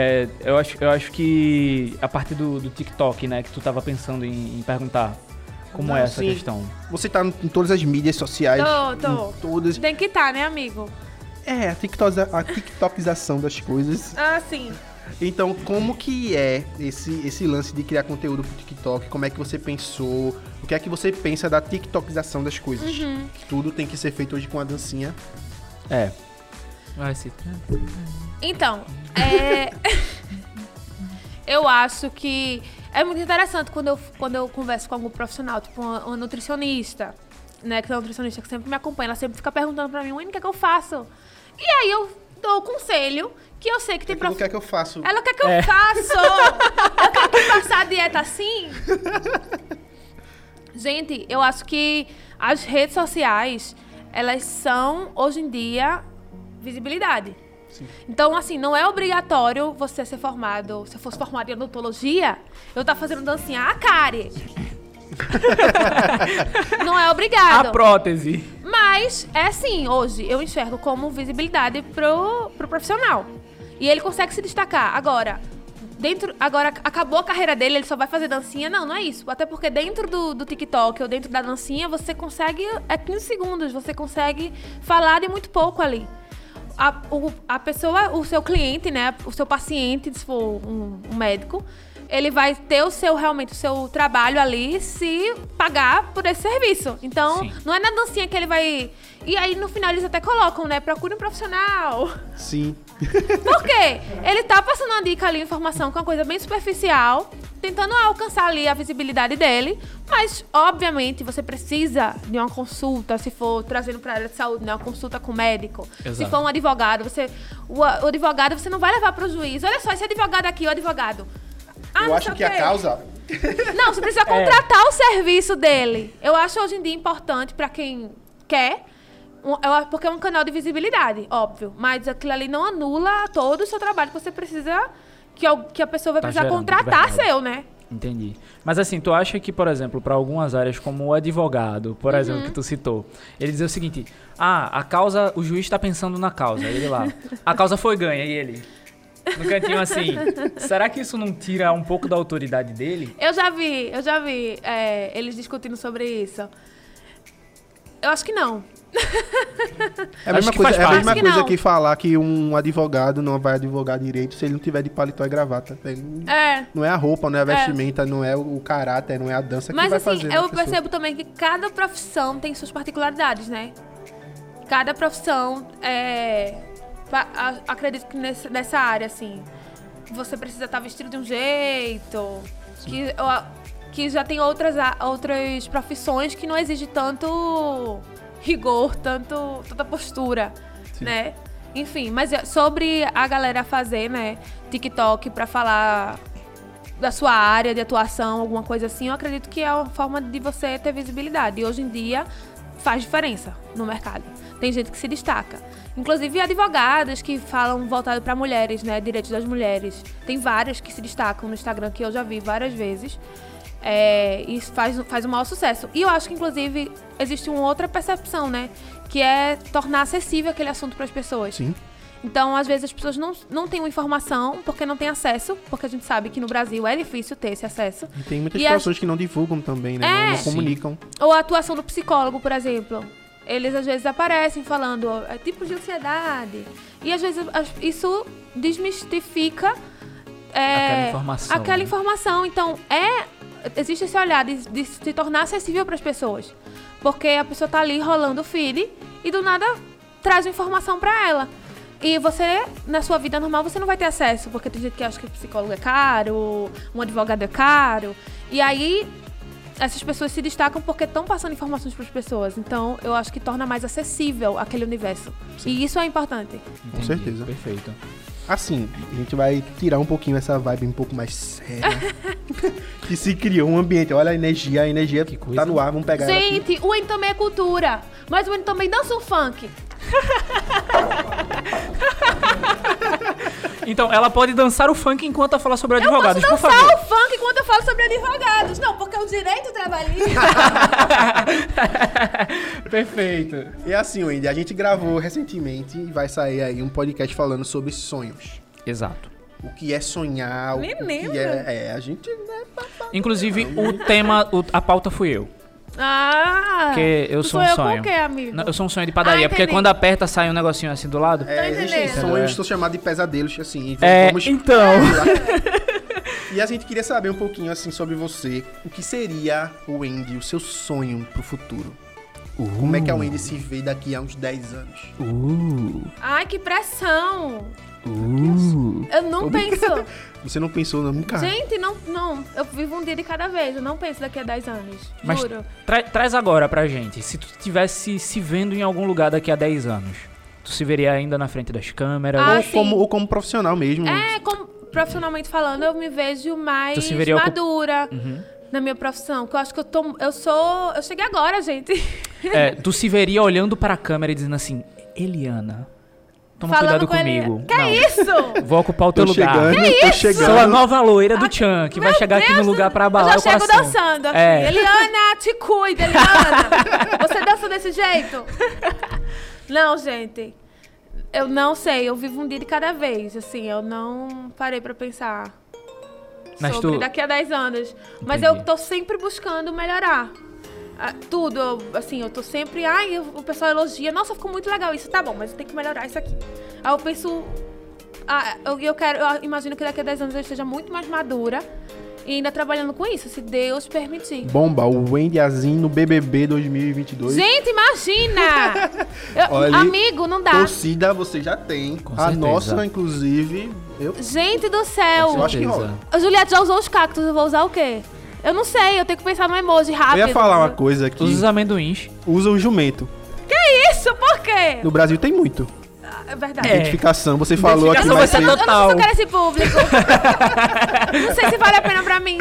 eu acho que a partir do TikTok, né, que tu tava pensando em perguntar, Como é essa Sim. questão? Você tá em todas as mídias sociais. Tô. Em todas. Tem que estar, né, amigo? É, a tiktokização das coisas. Ah, sim. Então, como que é esse lance de criar conteúdo pro TikTok? Como é que você pensou? O que é que você pensa da tiktokização das coisas? Que tudo tem que ser feito hoje com a dancinha. É. Vai ser. Então, eu acho que é muito interessante quando eu converso com algum profissional, tipo uma nutricionista, né? Que é uma nutricionista que sempre me acompanha, ela sempre fica perguntando pra mim, Wendy, o que é que eu faço? E aí eu dou o conselho que eu sei que tem O que é que eu faço? Ela quer que eu faço! Eu quero que passar a dieta assim? Gente, eu acho que as redes sociais, elas são, hoje em dia, visibilidade. Sim. Então, assim, não é obrigatório você ser formado. Se eu fosse formado em odontologia, eu tava fazendo dancinha a cárie. Não é obrigado. A prótese. Mas, é assim, hoje eu enxergo como visibilidade pro profissional. E ele consegue se destacar. Agora, acabou a carreira dele, ele só vai fazer dancinha? Não é isso. Até porque dentro do TikTok ou dentro da dancinha, você consegue, 15 segundos, você consegue falar de muito pouco ali. A pessoa, o seu cliente, né, o seu paciente, se for um médico, ele vai ter realmente o seu trabalho ali se pagar por esse serviço. Então, Sim. não é na dancinha que ele vai... E aí, no final, eles até colocam, né, procure um profissional. Sim. Por quê? Ele tá passando uma dica ali, informação, com uma coisa bem superficial, tentando alcançar ali a visibilidade dele, mas, obviamente, você precisa de uma consulta, se for trazendo pra área de saúde, né, uma consulta com o médico. Exato. Se for um advogado, o advogado você não vai levar pro juiz. Olha só, esse advogado aqui, o advogado. Eu acho que a causa... Não, você precisa contratar o serviço dele. Eu acho hoje em dia importante pra quem quer, porque é um canal de visibilidade, óbvio. Mas aquilo ali não anula todo o seu trabalho que você precisa, que a pessoa vai precisar gerando, contratar de verdade. seu, né? Entendi. Mas assim, tu acha que, por exemplo, para algumas áreas como o advogado, por exemplo, que tu citou, ele diz o seguinte, a causa, o juiz tá pensando na causa, ele lá, a causa foi ganha, e ele... No cantinho assim, será que isso não tira um pouco da autoridade dele? Eu já vi eles discutindo sobre isso. Eu acho que não. É a mesma Acho que coisa, faz parte. Acho que coisa não. que falar que um advogado não vai advogar direito se ele não tiver de paletó e gravata. Não é a roupa, não é a vestimenta, não é o caráter, não é a dança que Mas vai assim, fazer. eu na pessoa. percebo também que cada profissão tem suas particularidades, né? Cada profissão acredito que nessa área, assim, você precisa estar vestido de um jeito, que já tem outras profissões que não exigem tanto rigor, tanta postura, né? Enfim, mas sobre a galera fazer, né, TikTok pra falar da sua área de atuação, alguma coisa assim, eu acredito que é uma forma de você ter visibilidade. E hoje em dia faz diferença no mercado. Tem gente que se destaca. Inclusive advogadas que falam voltado para mulheres, né? Direitos das mulheres. Tem várias que se destacam no Instagram, que eu já vi várias vezes. E faz um maior sucesso. E eu acho que, inclusive, existe uma outra percepção, né? Que é tornar acessível aquele assunto para as pessoas. Sim. Então, às vezes, as pessoas não têm uma informação porque não têm acesso, porque a gente sabe que no Brasil é difícil ter esse acesso. E tem muitas E situações que não divulgam também, né? Não Sim. comunicam. Ou a atuação do psicólogo, por exemplo. Eles, às vezes, aparecem falando tipos de ansiedade. E, às vezes, isso desmistifica Aquela informação, né? Então, existe esse olhar de se tornar acessível para as pessoas. Porque a pessoa tá ali rolando o feed e, do nada, traz uma informação para ela. E você, na sua vida normal, você não vai ter acesso. Porque tem gente que acha que o psicólogo é caro, um advogado é caro. E aí, essas pessoas se destacam porque estão passando informações para as pessoas. Então, eu acho que torna mais acessível aquele universo. Sim. E isso é importante. Entendi, certeza. Perfeito. Assim, a gente vai tirar um pouquinho essa vibe um pouco mais séria. Que se criou um ambiente. Olha a energia Que coisa. tá no ar, vamos pegar ela aqui. Gente, o Wendy também é cultura. Mas o Wendy também dança um funk. Então, ela pode dançar o funk enquanto ela fala sobre Eu advogados, posso por dançar favor. o funk enquanto eu falo sobre advogados. Não, porque é o direito trabalhista. Perfeito. E assim, Wendy, a gente gravou recentemente e vai sair aí um podcast falando sobre sonhos. Exato. O que é sonhar, Nem o que lembro. é... a gente... Né, Inclusive, o tema, a pauta fui eu. Ah! Porque eu sou um eu sonho. com o quê, amigo? Não, eu sou um sonho de padaria, Ah, porque entendi. quando aperta sai um negocinho assim do lado. Existem entendendo. sonhos que são chamados de pesadelos, assim. Então. E a gente queria saber um pouquinho, assim, sobre você. O que seria o Wendy, o seu sonho pro futuro? Como é que a Wendy se vê daqui a uns 10 anos? Ai, que pressão! Eu não penso. Você não pensou nunca? Gente, não. Eu vivo um dia de cada vez. Eu não penso daqui a 10 anos. Mas Juro. traz agora pra gente. Se tu tivesse se vendo em algum lugar daqui a 10 anos, tu se veria ainda na frente das câmeras? Ah, Ou como profissional mesmo. Profissionalmente falando, eu me vejo mais Tu se veria madura na minha profissão. Que eu acho que eu cheguei agora, gente. Tu se veria olhando para a câmera e dizendo assim, Eliana, toma Falando cuidado com ele. comigo. Que Não, isso? vou ocupar o teu Tô lugar. chegando, tô chegando. Sou a nova loira do Chan, que vai Meu chegar aqui no Deus, lugar pra eu abalar já o chego coração. dançando aqui. É. Eliana, te cuida, Eliana. Você dança desse jeito? Não, gente. Eu não sei. Eu vivo um dia de cada vez. Assim, eu não parei pra pensar Mas sobre daqui a 10 anos. Mas Entendi. eu tô sempre buscando melhorar. Tudo, eu tô sempre... o pessoal elogia. Nossa, ficou muito legal isso. Tá bom, mas eu tenho que melhorar isso aqui. Aí eu penso... Eu imagino que daqui a 10 anos eu esteja muito mais madura e ainda trabalhando com isso, se Deus permitir. Bomba, o Wendy Azin no BBB 2022. Gente, imagina! Olha, amigo, não dá. Torcida você já tem. Com A certeza. nossa, inclusive, Gente do céu! eu acho que rola. A Juliette já usou os cactos, eu vou usar o quê? Eu não sei, eu tenho que pensar no emoji rápido. Eu ia falar uma coisa aqui. Os amendoins. Usa o jumento. Que isso? Por quê? No Brasil tem muito. É verdade. Identificação, você falou aqui Identificação mais vai ser cedo. Eu não sei se eu quero esse público. Não sei se vale a pena pra mim.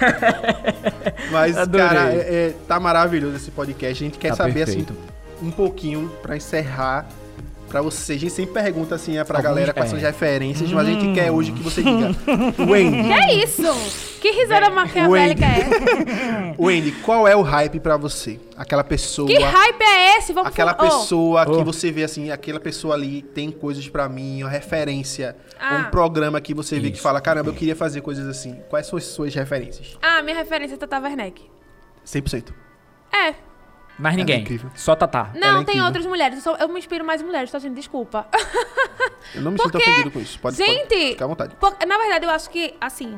Mas, Adorei. cara, tá maravilhoso esse podcast. A gente quer Tá saber, perfeito. assim, um pouquinho pra encerrar. Pra você, a gente sempre pergunta assim pra Alguns- galera quais são as referências, mas a gente quer hoje que você diga. Wendy, Que é isso? Que risada maquiavélica é essa? Wendy, qual é o hype pra você? Aquela pessoa. Que hype é esse? Vamos Aquela falar. pessoa que Oh. você vê assim, aquela pessoa ali tem coisas pra mim, uma referência, Ah. um programa que você vê que Isso. fala, caramba, eu queria fazer coisas assim. Quais são as suas referências? Minha referência é Tata Werneck. 100%. É. Mais ninguém. incrível. Só Tatá. Ela Não, é tem incrível. outras mulheres. Eu me inspiro mais em mulheres, tá, gente? Desculpa. Eu não me sinto Porque, ofendido com isso. Pode ficar à vontade. Na verdade, eu acho que, assim...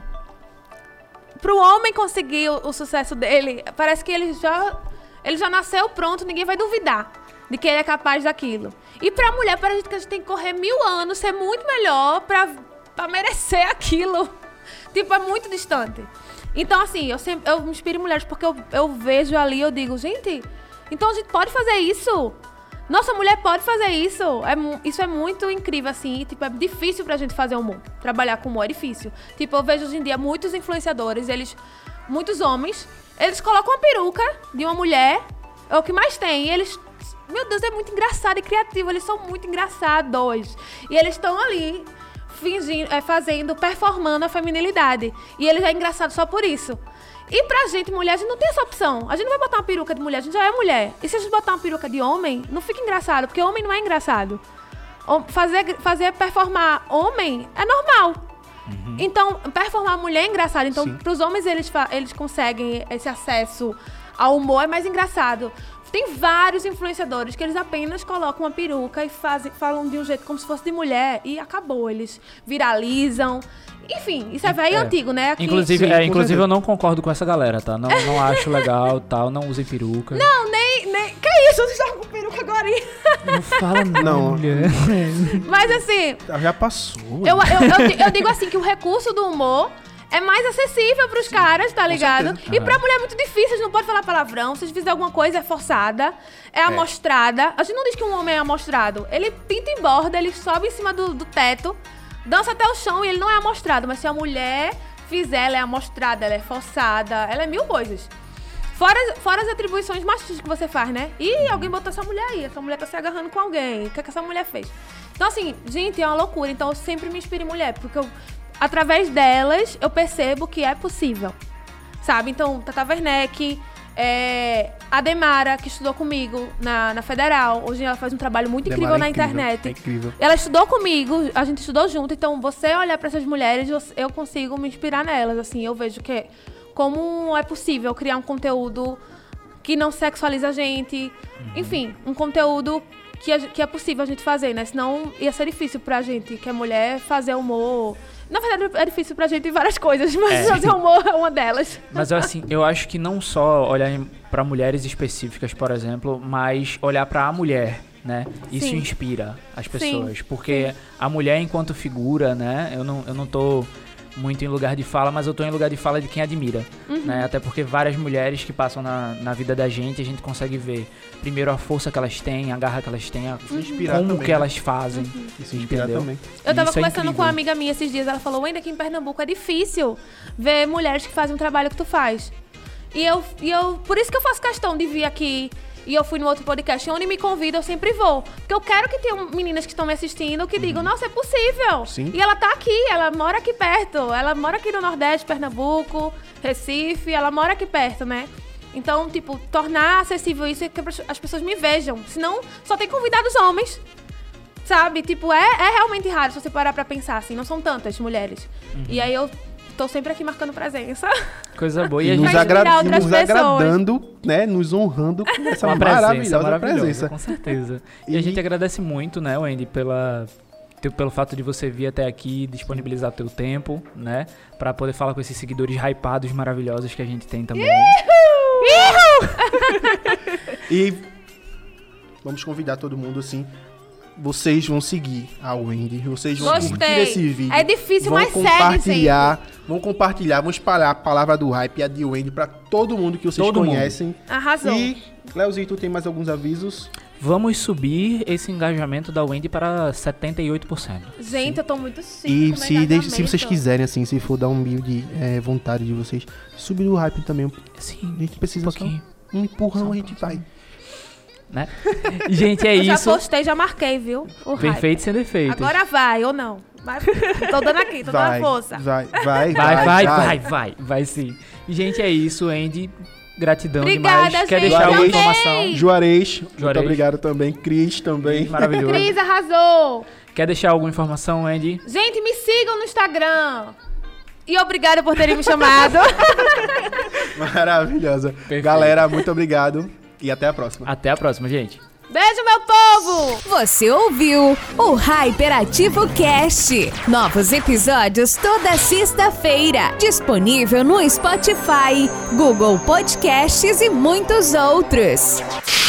Pro homem conseguir o sucesso dele, parece que ele já nasceu pronto, ninguém vai duvidar de que ele é capaz daquilo. E pra mulher, parece que a gente tem que correr 1000 anos, ser muito melhor pra merecer aquilo. Tipo, é muito distante. Então, assim, eu me inspiro em mulheres porque eu vejo ali, eu digo, gente, então a gente pode fazer isso? Nossa, mulher pode fazer isso? Isso é muito incrível, assim, e, tipo, é difícil pra gente fazer humor. Trabalhar com humor é difícil. Tipo, eu vejo hoje em dia muitos influenciadores, muitos homens, eles colocam uma peruca de uma mulher, é o que mais tem, e eles... Meu Deus, é muito engraçado e criativo, eles são muito engraçados. E eles estão ali... fingindo, performando a feminilidade. E ele já é engraçado só por isso. E pra gente, mulher, a gente não tem essa opção. A gente não vai botar uma peruca de mulher, a gente já é mulher. E se a gente botar uma peruca de homem, não fica engraçado, porque homem não é engraçado. Fazer performar homem é normal. Então, performar mulher é engraçado. Então, Sim. pros homens, eles conseguem esse acesso ao humor, é mais engraçado. Tem vários influenciadores que eles apenas colocam uma peruca e falam de um jeito como se fosse de mulher e acabou. Eles viralizam. Enfim, isso é velho e antigo, né? Aqui... Inclusive, Sim, com inclusive certeza. eu não concordo com essa galera, tá? Não acho legal, tal, não usem peruca. Não, nem... Que isso? Vocês estavam com peruca agora aí? Não fala não, Não. mulher. Mas assim, Já passou. eu digo assim que o recurso do humor é mais acessível pros caras, tá ligado? certeza. E pra mulher é muito difícil, a gente não pode falar palavrão. Se a gente fizer alguma coisa, é forçada, é amostrada. A gente não diz que um homem é amostrado. Ele pinta e borda, ele sobe em cima do teto, dança até o chão e ele não é amostrado. Mas se a mulher fizer, ela é amostrada, ela é forçada, ela é 1000 coisas. Fora as atribuições machistas que você faz, né? Ih, alguém botou essa mulher aí, essa mulher tá se agarrando com alguém. O que essa mulher fez? Então, assim, gente, é uma loucura. Então, eu sempre me inspiro em mulher, porque através delas, eu percebo que é possível, sabe? Então, Tata Werneck, a Demara, que estudou comigo na Federal. Hoje ela faz um trabalho muito incrível na internet. É incrível. Ela estudou comigo, a gente estudou junto. Então, você olhar pra essas mulheres, eu consigo me inspirar nelas, assim. Eu vejo que como é possível criar um conteúdo que não sexualiza a gente. Enfim, um conteúdo que é possível a gente fazer, né? Senão ia ser difícil pra gente, que é mulher, fazer humor. Na verdade, é difícil pra gente em várias coisas, mas fazer humor é uma delas. Mas assim, eu acho que não só olhar pra mulheres específicas, por exemplo, mas olhar pra a mulher, né? Isso Sim. inspira as pessoas. Porque a mulher enquanto figura, né? Eu não tô muito em lugar de fala, mas eu tô em lugar de fala de quem admira, né? Até porque várias mulheres que passam na vida da gente, a gente consegue ver primeiro a força que elas têm, a garra que elas têm, inspirar como também, que né? elas fazem. Isso inspira Entendeu? também. Eu tava Isso é conversando com incrível. uma amiga minha esses dias, ela falou, ainda aqui em Pernambuco é difícil ver mulheres que fazem um trabalho que tu faz. E eu por isso que eu faço questão de vir aqui. E eu fui no outro podcast, onde me convida, eu sempre vou. Porque eu quero que tenham meninas que estão me assistindo que digam, nossa, é possível. Sim. E ela tá aqui, ela mora aqui perto. Ela mora aqui no Nordeste, Pernambuco, Recife, ela mora aqui perto, né? Então, tipo, tornar acessível isso é que as pessoas me vejam. Senão, só tem convidados homens. Sabe? Tipo, é realmente raro se você parar pra pensar, assim. Não são tantas mulheres. E aí eu tô sempre aqui marcando presença. Coisa boa. E E a nos, gente Pra inspirar outras nos pessoas. agradando, né? Nos honrando com essa uma maravilhosa presença. com certeza. E a E- gente agradece muito, né, Wendy, pelo fato de você vir até aqui, disponibilizar teu tempo, né, pra poder falar com esses seguidores hypados maravilhosos que a gente tem também. E vamos convidar todo mundo, assim. Vocês vão seguir a Wendy, vocês vão curtir Gostei. esse vídeo. É difícil, vão mas segue compartilhar, vão espalhar a palavra do hype e a de Wendy pra todo mundo que vocês Todo mundo. conhecem. Arrasou. E, Leozinho, tu tem mais alguns avisos? Vamos subir esse engajamento da Wendy para 78%. Gente, eu tô muito chique E com se, engajamento. se vocês quiserem, assim, se for dar um mil de vontade de vocês, subir o hype também. Sim, A gente precisa só pouquinho. um empurrão, a gente vai. né? Gente, é Eu já isso. postei, já marquei, viu? O hype. Perfeito sem defeitos. Agora vai, ou não. Vai. Tô dando aqui, tô dando força. Vai sim. E, gente, é isso, Andy. Gratidão Obrigada, demais. Quer gente, deixar alguma amei. informação? Juarez, muito Juarez. obrigado também. Cris também. Maravilhoso. Cris arrasou. Quer deixar alguma informação, Andy? Gente, me sigam no Instagram. E obrigada por terem me chamado. Maravilhosa. Perfeito. Galera, muito obrigado. E até a próxima. Até a próxima, gente. Beijo, meu povo! Você ouviu o Hyperativo Cast. Novos episódios toda sexta-feira. Disponível no Spotify, Google Podcasts e muitos outros.